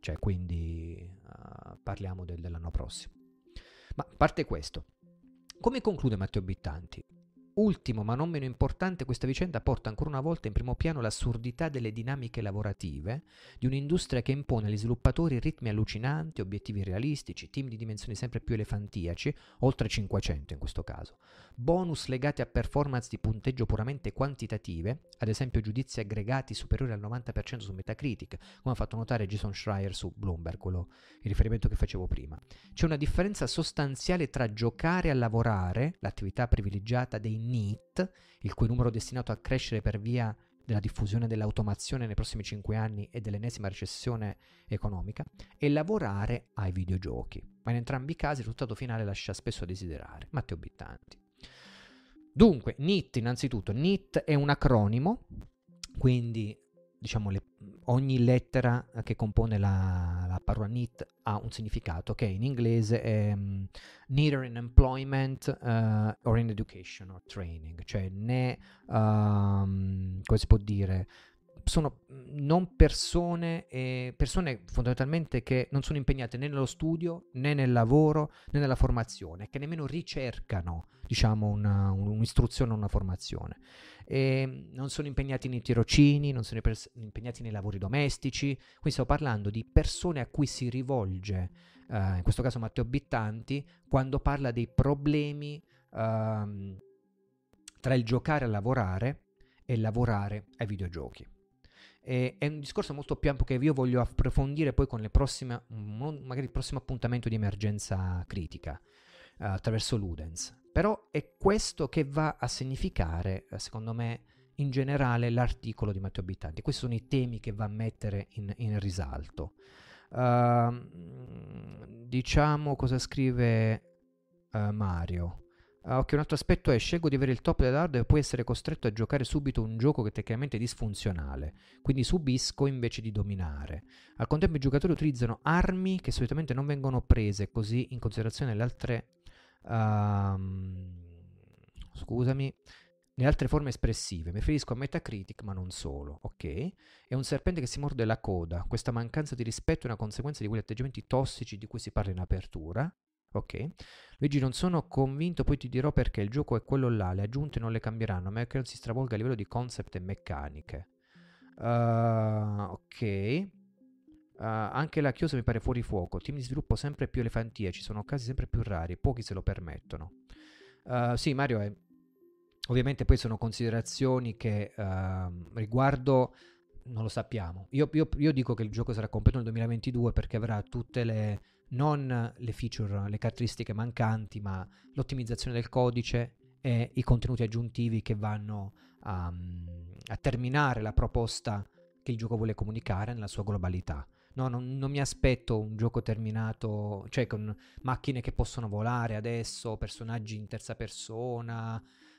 cioè quindi parliamo dell'anno prossimo. Ma a parte questo, come conclude Matteo Bittanti? Ultimo ma non meno importante, questa vicenda porta ancora una volta in primo piano l'assurdità delle dinamiche lavorative di un'industria che impone agli sviluppatori ritmi allucinanti, obiettivi realistici, team di dimensioni sempre più elefantiaci, oltre 500 in questo caso, bonus legati a performance di punteggio puramente quantitative, ad esempio giudizi aggregati superiori al 90% su Metacritic, come ha fatto notare Jason Schreier su Bloomberg, il riferimento che facevo prima. C'è una differenza sostanziale tra giocare a lavorare, l'attività privilegiata dei NEET, il cui numero è destinato a crescere per via della diffusione dell'automazione nei prossimi 5 anni e dell'ennesima recessione economica, e lavorare ai videogiochi. Ma in entrambi i casi il risultato finale lascia spesso a desiderare. Matteo Bittanti. Dunque, NEET innanzitutto. NEET è un acronimo, quindi diciamo ogni lettera che compone la parola NEET ha un significato, che in inglese è neither in employment or in education or training, cioè né, come si può dire, sono non persone fondamentalmente che non sono impegnate né nello studio, né nel lavoro, né nella formazione, che nemmeno ricercano, diciamo, un'istruzione o una formazione. E non sono impegnati nei tirocini, non sono impegnati nei lavori domestici, quindi stiamo parlando di persone a cui si rivolge, in questo caso Matteo Bittanti, quando parla dei problemi tra il giocare a lavorare e lavorare ai videogiochi. È un discorso molto più ampio che io voglio approfondire poi con magari il prossimo appuntamento di emergenza critica attraverso Ludens. Però è questo che va a significare, secondo me, in generale l'articolo di Matteo Bittanti. Questi sono i temi che va a mettere in risalto. Diciamo cosa scrive Mario. Ok, un altro aspetto è: scelgo di avere il top dell'hardware e poi essere costretto a giocare subito un gioco che è tecnicamente disfunzionale, quindi subisco invece di dominare. Al contempo i giocatori utilizzano armi che solitamente non vengono prese così in considerazione le altre le altre forme espressive. Mi riferisco a Metacritic, ma non solo, ok? È un serpente che si morde la coda. Questa mancanza di rispetto è una conseguenza di quegli atteggiamenti tossici di cui si parla in apertura. Ok? Luigi, non sono convinto, poi ti dirò perché. Il gioco è quello là, le aggiunte non le cambieranno, ma che non si stravolga a livello di concept e meccaniche. Ok. Anche la chiosa mi pare fuori fuoco. Team di sviluppo sempre più elefantie, ci sono casi sempre più rari, pochi se lo permettono. Sì, Mario, ovviamente poi sono considerazioni che riguardo non lo sappiamo. Io dico che il gioco sarà completo nel 2022 perché avrà tutte non le feature, le caratteristiche mancanti, ma l'ottimizzazione del codice e i contenuti aggiuntivi che vanno a terminare la proposta che il gioco vuole comunicare nella sua globalità. No, non mi aspetto un gioco terminato, cioè con macchine che possono volare adesso, personaggi in terza persona,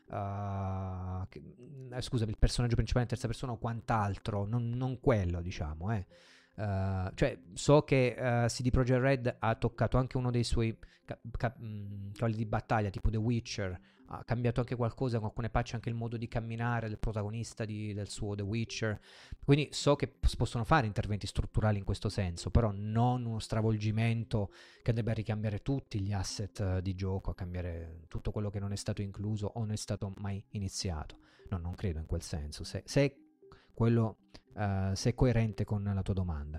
scusami, il personaggio principale in terza persona o quant'altro, non quello, diciamo, cioè, so che CD Projekt Red ha toccato anche uno dei suoi cavalli di battaglia, tipo The Witcher, ha cambiato anche qualcosa con alcune patch, anche il modo di camminare del protagonista del suo The Witcher, quindi so che possono fare interventi strutturali in questo senso, però non uno stravolgimento che andrebbe a ricambiare tutti gli asset di gioco, a cambiare tutto quello che non è stato incluso o non è stato mai iniziato. No, non credo in quel senso, se quello se è coerente con la tua domanda.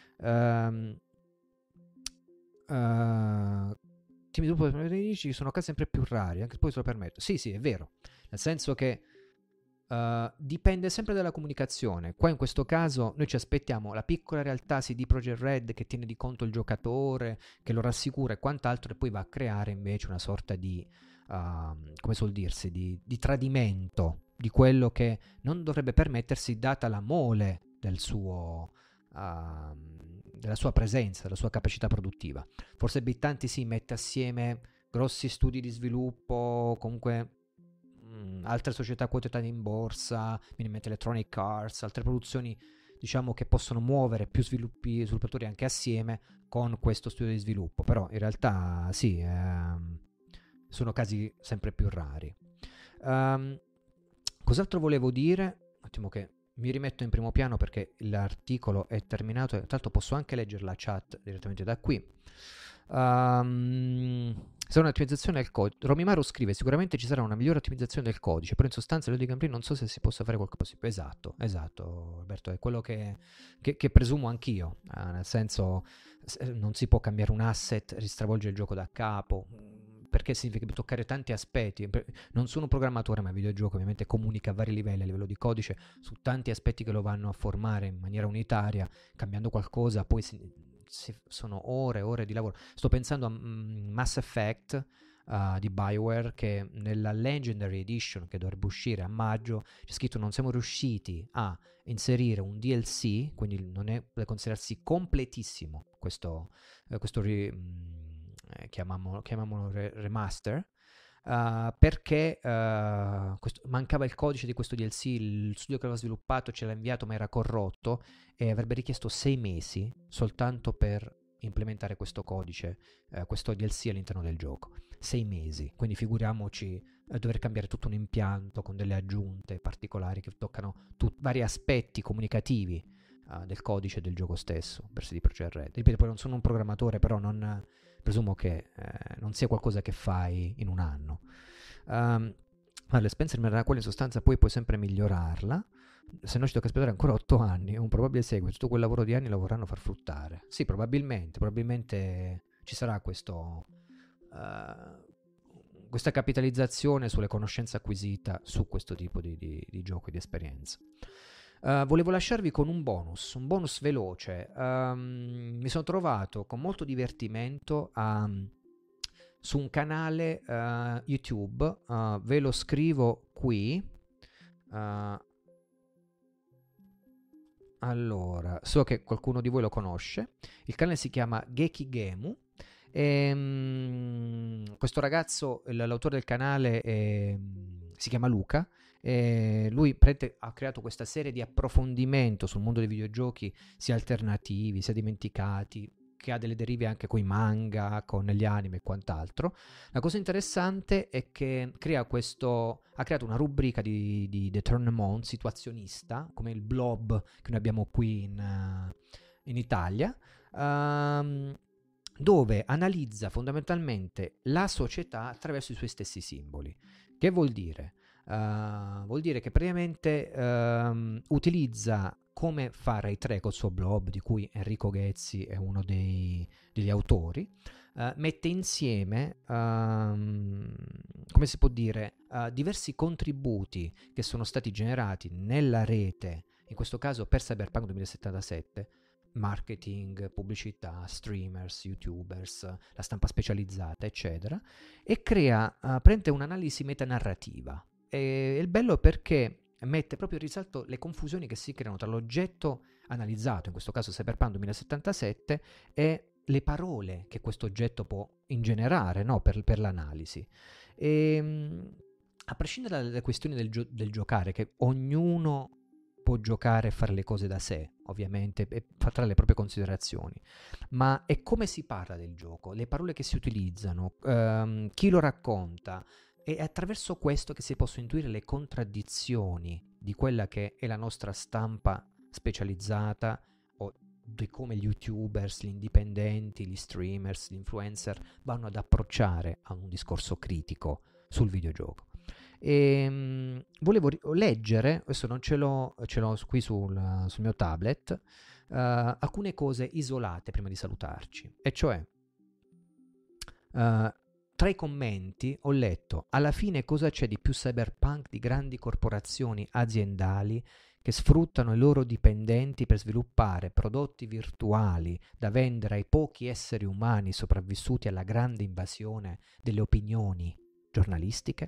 Team di gruppo di sono casi sempre più rari, anche poi se lo permetto. Sì, è vero, nel senso che dipende sempre dalla comunicazione. Qua in questo caso noi ci aspettiamo la piccola realtà CD Projekt Red che tiene di conto il giocatore, che lo rassicura e quant'altro, e poi va a creare invece una sorta di come suol dirsi, di tradimento di quello che non dovrebbe permettersi data la mole della sua presenza, della sua capacità produttiva. Forse Bittanti si mette assieme grossi studi di sviluppo, comunque altre società quotate in borsa, viene in mente Electronic Arts, altre produzioni, diciamo, che possono muovere più sviluppatori anche assieme con questo studio di sviluppo, però in realtà sì, sono casi sempre più rari. Cos'altro volevo dire? Un attimo che mi rimetto in primo piano perché l'articolo è terminato, e tra l'altro posso anche leggere la chat direttamente da qui. Se un'ottimizzazione del codice, Romimaru scrive: sicuramente ci sarà una migliore ottimizzazione del codice, però in sostanza l'audio gameplay non so se si possa fare qualcosa possibile. Esatto, Alberto, è quello che presumo anch'io, nel senso non si può cambiare un asset, ristravolgere il gioco da capo, perché significa toccare tanti aspetti. Non sono un programmatore, ma il videogioco ovviamente comunica a vari livelli, a livello di codice, su tanti aspetti che lo vanno a formare in maniera unitaria. Cambiando qualcosa poi sono ore e ore di lavoro. Sto pensando a Mass Effect di BioWare, che nella Legendary Edition che dovrebbe uscire a maggio c'è scritto: non siamo riusciti a inserire un DLC, quindi non è da considerarsi completissimo questo chiamiamolo remaster, perché mancava il codice di questo DLC. Il studio che l'aveva sviluppato ce l'ha inviato ma era corrotto, e avrebbe richiesto 6 mesi soltanto per implementare questo codice, questo DLC all'interno del gioco. 6 mesi, quindi figuriamoci dover cambiare tutto un impianto con delle aggiunte particolari che toccano vari aspetti comunicativi del codice del gioco stesso per CD Projekt Red. Ripeto, poi non sono un programmatore, però presumo che non sia qualcosa che fai in un anno. Le Spencer mi darà quella in sostanza, poi puoi sempre migliorarla, se no ci tocca aspettare ancora 8 anni, un probabile seguito, tutto quel lavoro di anni lo vorranno far fruttare. Sì, probabilmente ci sarà questa capitalizzazione sulle conoscenze acquisite su questo tipo di gioco e di esperienza. Volevo lasciarvi con un bonus veloce. Mi sono trovato con molto divertimento su un canale YouTube, ve lo scrivo qui. Allora, so che qualcuno di voi lo conosce. Il canale si chiama Gekigemu. Questo ragazzo, l'autore del canale, si chiama Luca. Lui ha creato questa serie di approfondimento sul mondo dei videogiochi, sia alternativi, sia dimenticati, che ha delle derive anche con i manga, con gli anime e quant'altro. La cosa interessante è che ha creato una rubrica di The Tournament situazionista, come il Blob che noi abbiamo qui in Italia, dove analizza fondamentalmente la società attraverso i suoi stessi simboli. Che vuol dire? Vuol dire che praticamente utilizza, come fa Ray 3 col suo blog, di cui Enrico Ghezzi è uno degli autori, mette insieme, come si può dire, diversi contributi che sono stati generati nella rete, in questo caso per Cyberpunk 2077, marketing, pubblicità, streamers, youtubers, la stampa specializzata, eccetera, e prende un'analisi metanarrativa. E il bello è perché mette proprio in risalto le confusioni che si creano tra l'oggetto analizzato, in questo caso Cyberpunk 2077, e le parole che questo oggetto può ingenerare, no? per l'analisi. A prescindere dalle questioni del giocare, che ognuno può giocare e fare le cose da sé, ovviamente, e fa tra le proprie considerazioni, ma è come si parla del gioco, le parole che si utilizzano, chi lo racconta. È attraverso questo che si possono intuire le contraddizioni di quella che è la nostra stampa specializzata, o di come gli youtubers, gli indipendenti, gli streamers, gli influencer vanno ad approcciare a un discorso critico sul videogioco. Volevo leggere, adesso non ce l'ho qui sul mio tablet, alcune cose isolate prima di salutarci, e cioè tra i commenti ho letto: alla fine cosa c'è di più cyberpunk di grandi corporazioni aziendali che sfruttano i loro dipendenti per sviluppare prodotti virtuali da vendere ai pochi esseri umani sopravvissuti alla grande invasione delle opinioni giornalistiche?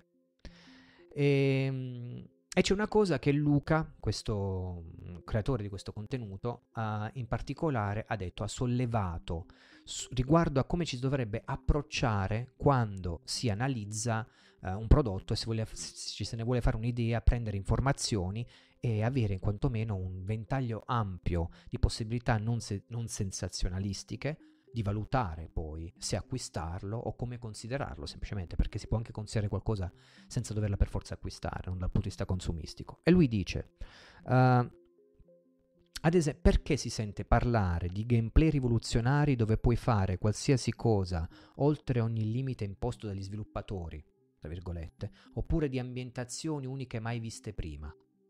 E c'è una cosa che Luca, questo creatore di questo contenuto, in particolare ha sollevato riguardo a come ci si dovrebbe approcciare quando si analizza un prodotto e se ne vuole fare un'idea, prendere informazioni e avere quantomeno un ventaglio ampio di possibilità non sensazionalistiche di valutare poi se acquistarlo o come considerarlo, semplicemente perché si può anche considerare qualcosa senza doverla per forza acquistare, non dal punto di vista consumistico. E lui dice, ad esempio, perché si sente parlare di gameplay rivoluzionari dove puoi fare qualsiasi cosa oltre ogni limite imposto dagli sviluppatori, tra virgolette, oppure di ambientazioni uniche mai viste prima?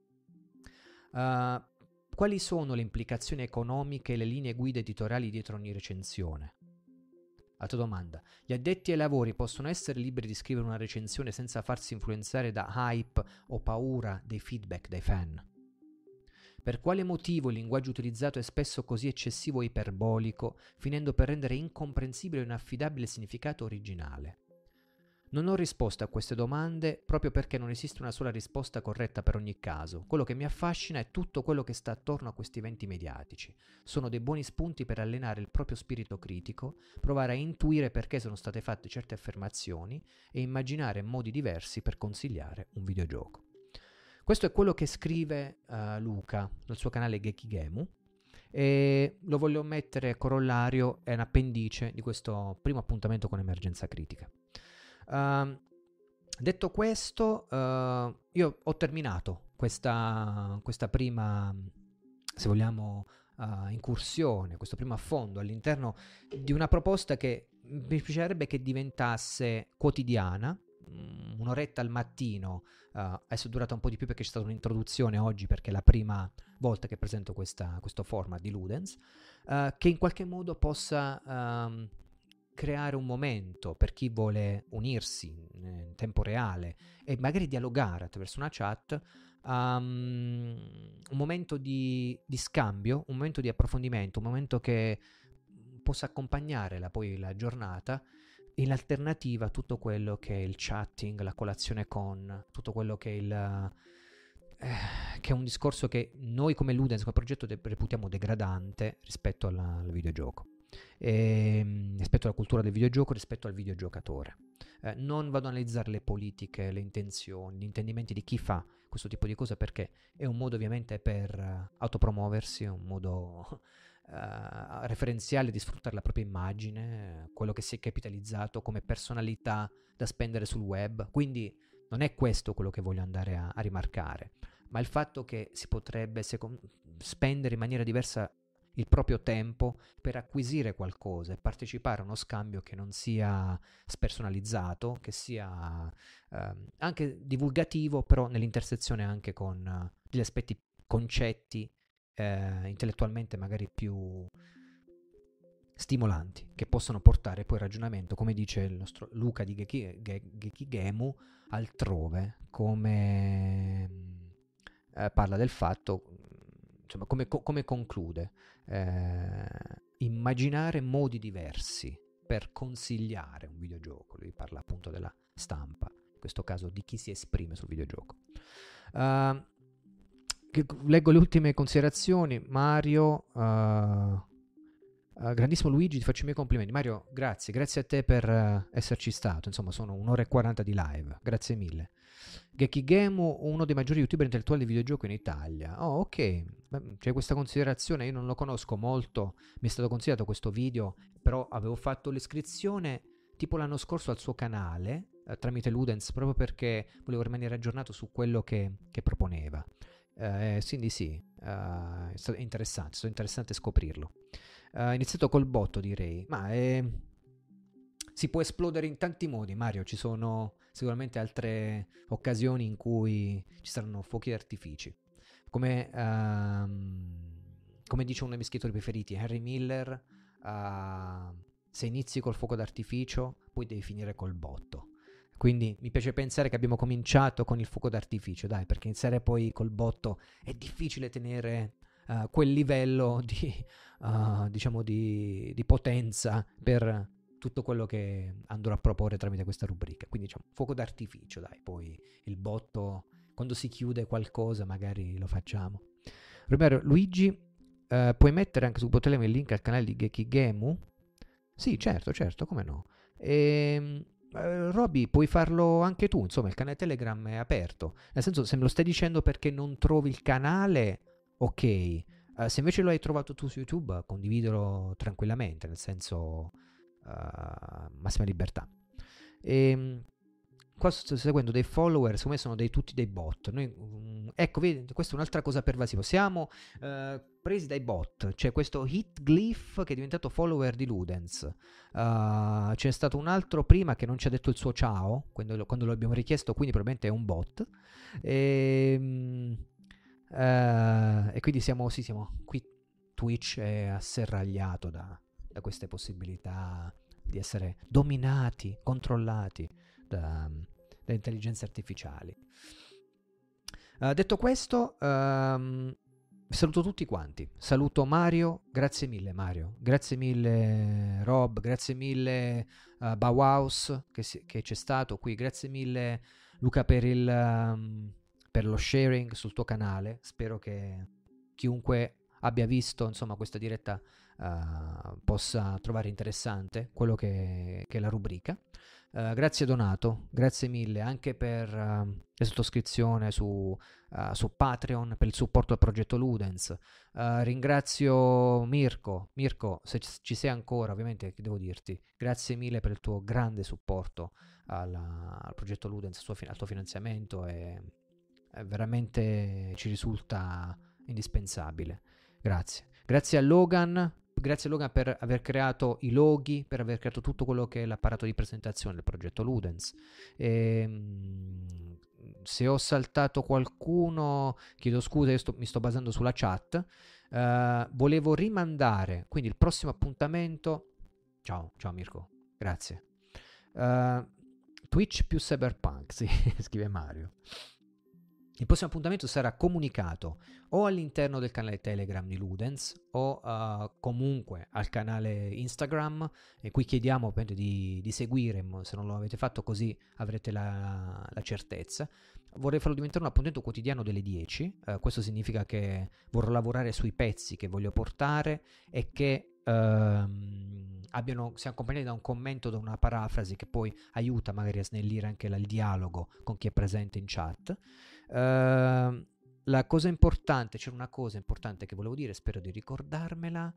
Quali sono le implicazioni economiche e le linee guida editoriali dietro ogni recensione? Altra domanda. Gli addetti ai lavori possono essere liberi di scrivere una recensione senza farsi influenzare da hype o paura dei feedback dai fan? Per quale motivo il linguaggio utilizzato è spesso così eccessivo e iperbolico, finendo per rendere incomprensibile e inaffidabile il significato originale? Non ho risposta a queste domande proprio perché non esiste una sola risposta corretta per ogni caso. Quello che mi affascina è tutto quello che sta attorno a questi eventi mediatici. Sono dei buoni spunti per allenare il proprio spirito critico, provare a intuire perché sono state fatte certe affermazioni e immaginare modi diversi per consigliare un videogioco. Questo è quello che scrive Luca nel suo canale Gekigemu, e lo voglio mettere a corollario, è un appendice di questo primo appuntamento con Emergenza Critica. Detto questo, io ho terminato questa prima, se vogliamo, incursione, questo primo affondo all'interno di una proposta che mi piacerebbe che diventasse quotidiana, un'oretta al mattino. Adesso è durata un po' di più perché c'è stata un'introduzione oggi, perché è la prima volta che presento questo format di Ludens, che in qualche modo possa creare un momento per chi vuole unirsi in tempo reale e magari dialogare attraverso una chat, un momento di scambio, un momento di approfondimento, un momento che possa accompagnare poi la giornata, in alternativa a tutto quello che è il chatting, la colazione con, tutto quello che è che è un discorso che noi come Ludens, come progetto, reputiamo degradante rispetto al videogioco. Rispetto alla cultura del videogioco, rispetto al videogiocatore. Non vado ad analizzare le politiche, le intenzioni, gli intendimenti di chi fa questo tipo di cose, perché è un modo ovviamente per autopromuoversi, è un modo referenziale di sfruttare la propria immagine, quello che si è capitalizzato come personalità da spendere sul web. Quindi non è questo quello che voglio andare a rimarcare, ma il fatto che si potrebbe spendere in maniera diversa il proprio tempo per acquisire qualcosa e partecipare a uno scambio che non sia spersonalizzato, che sia anche divulgativo, però nell'intersezione anche con degli aspetti, concetti intellettualmente magari più stimolanti, che possono portare poi il ragionamento, come dice il nostro Luca di Gekigemu, altrove, come parla del fatto, insomma, come conclude, immaginare modi diversi per consigliare un videogioco. Lui parla appunto della stampa, in questo caso di chi si esprime sul videogioco. Leggo le ultime considerazioni. Mario, grandissimo Luigi, ti faccio i miei complimenti. Mario, grazie a te per esserci stato. Insomma, sono 1 ora e 40 di live, grazie mille. Gekigemu, uno dei maggiori youtuber intellettuali di videogioco in Italia. Oh, ok, c'è questa considerazione, io non lo conosco molto, mi è stato consigliato questo video, però avevo fatto l'iscrizione tipo l'anno scorso al suo canale, tramite Ludens, proprio perché volevo rimanere aggiornato su quello che proponeva. Quindi sì, è stato interessante scoprirlo. Iniziato col botto, direi, ma si può esplodere in tanti modi, Mario. Ci sono sicuramente altre occasioni in cui ci saranno fuochi d'artifici. Come dice uno dei miei scrittori preferiti, Henry Miller, se inizi col fuoco d'artificio, poi devi finire col botto. Quindi mi piace pensare che abbiamo cominciato con il fuoco d'artificio, dai, perché iniziare poi col botto è difficile tenere quel livello diciamo di potenza per tutto quello che andrò a proporre tramite questa rubrica. Quindi diciamo fuoco d'artificio, dai, poi il botto, quando si chiude qualcosa magari lo facciamo. Romero, Luigi, puoi mettere anche su Botelem il link al canale di Gekigemu? Sì, certo, come no. Roby, puoi farlo anche tu, insomma il canale Telegram è aperto, nel senso, se me lo stai dicendo perché non trovi il canale, ok, Se invece lo hai trovato tu su YouTube, condividilo tranquillamente, nel senso massima libertà. Qua sto seguendo dei follower, secondo me sono tutti dei bot. Ecco, vedi, questa è un'altra cosa pervasiva. Siamo presi dai bot. C'è questo Hitglyph che è diventato follower di Ludens. C'è stato un altro prima che non ci ha detto il suo ciao quando lo abbiamo richiesto, quindi probabilmente è un bot. E quindi siamo qui. Twitch è asserragliato da queste possibilità di essere dominati, controllati da intelligenze artificiali. Detto questo, saluto tutti quanti. Saluto Mario, grazie mille Mario, grazie mille Rob, grazie mille Bauhaus che c'è stato qui, grazie mille Luca per lo sharing sul tuo canale. Spero che chiunque abbia visto insomma questa diretta possa trovare interessante quello che è la rubrica. Grazie Donato, grazie mille anche per la sottoscrizione su Patreon, per il supporto al progetto Ludens. Ringrazio Mirko, se ci sei ancora, ovviamente che devo dirti, grazie mille per il tuo grande supporto al progetto Ludens, al tuo finanziamento, e veramente ci risulta indispensabile. Grazie a Logan. Grazie Logan per aver creato i loghi, per aver creato tutto quello che è l'apparato di presentazione del progetto Ludens. Se ho saltato qualcuno, chiedo scusa, mi sto basando sulla chat. Volevo rimandare, quindi il prossimo appuntamento... Ciao Mirko, grazie. Twitch più Cyberpunk, sì, scrive Mario. Il prossimo appuntamento sarà comunicato o all'interno del canale Telegram di Ludens o comunque al canale Instagram, e qui chiediamo di seguire, se non lo avete fatto, così avrete la certezza. Vorrei farlo diventare un appuntamento quotidiano delle 10, questo significa che vorrò lavorare sui pezzi che voglio portare e che siano accompagnati da un commento, da una parafrasi che poi aiuta magari a snellire anche il dialogo con chi è presente in chat. La cosa importante, c'era una cosa importante che volevo dire, spero di ricordarmela.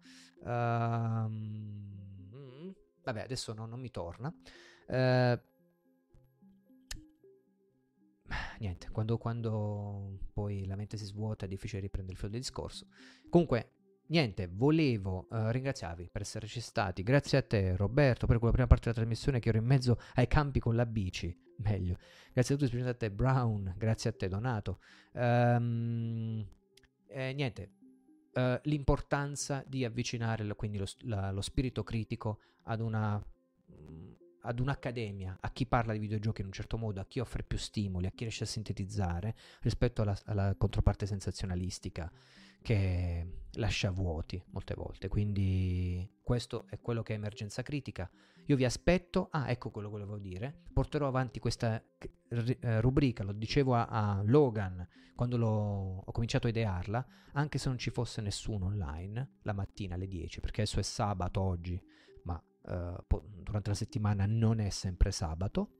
Vabbè, adesso non mi torna. Niente, quando poi la mente si svuota è difficile riprendere il filo del discorso. Comunque, niente, volevo ringraziarvi per esserci stati. Grazie a te Roberto per quella prima parte della trasmissione che ero in mezzo ai campi con la bici. Meglio. Grazie a tutti, specialmente a te Brown, grazie a te Donato. Niente, l'importanza di avvicinare quindi lo spirito critico ad un'accademia, a chi parla di videogiochi in un certo modo, a chi offre più stimoli, a chi riesce a sintetizzare, rispetto alla controparte sensazionalistica che lascia vuoti molte volte. Quindi questo è quello che è emergenza critica. Io vi aspetto. Ecco quello che volevo dire. Porterò avanti questa rubrica, lo dicevo a Logan quando ho cominciato a idearla, anche se non ci fosse nessuno online la mattina alle 10, perché adesso è sabato oggi, ma durante la settimana non è sempre sabato,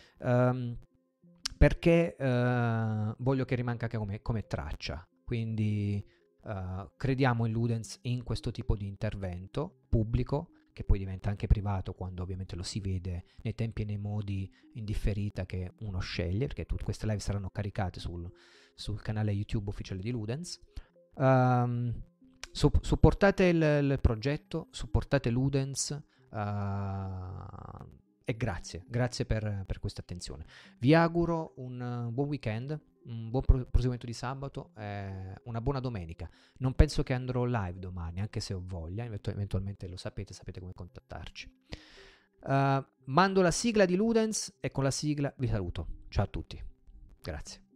perché voglio che rimanga anche come traccia. Quindi crediamo in Ludens, in questo tipo di intervento pubblico, che poi diventa anche privato quando ovviamente lo si vede nei tempi e nei modi in differita che uno sceglie, perché tutte queste live saranno caricate sul canale YouTube ufficiale di Ludens. Supportate il progetto, supportate Ludens, e grazie per questa attenzione. Vi auguro un buon weekend, un buon proseguimento di sabato, una buona domenica. Non penso che andrò live domani, anche se ho voglia, eventualmente lo sapete come contattarci. Mando la sigla di Ludens e con la sigla vi saluto. Ciao a tutti, grazie.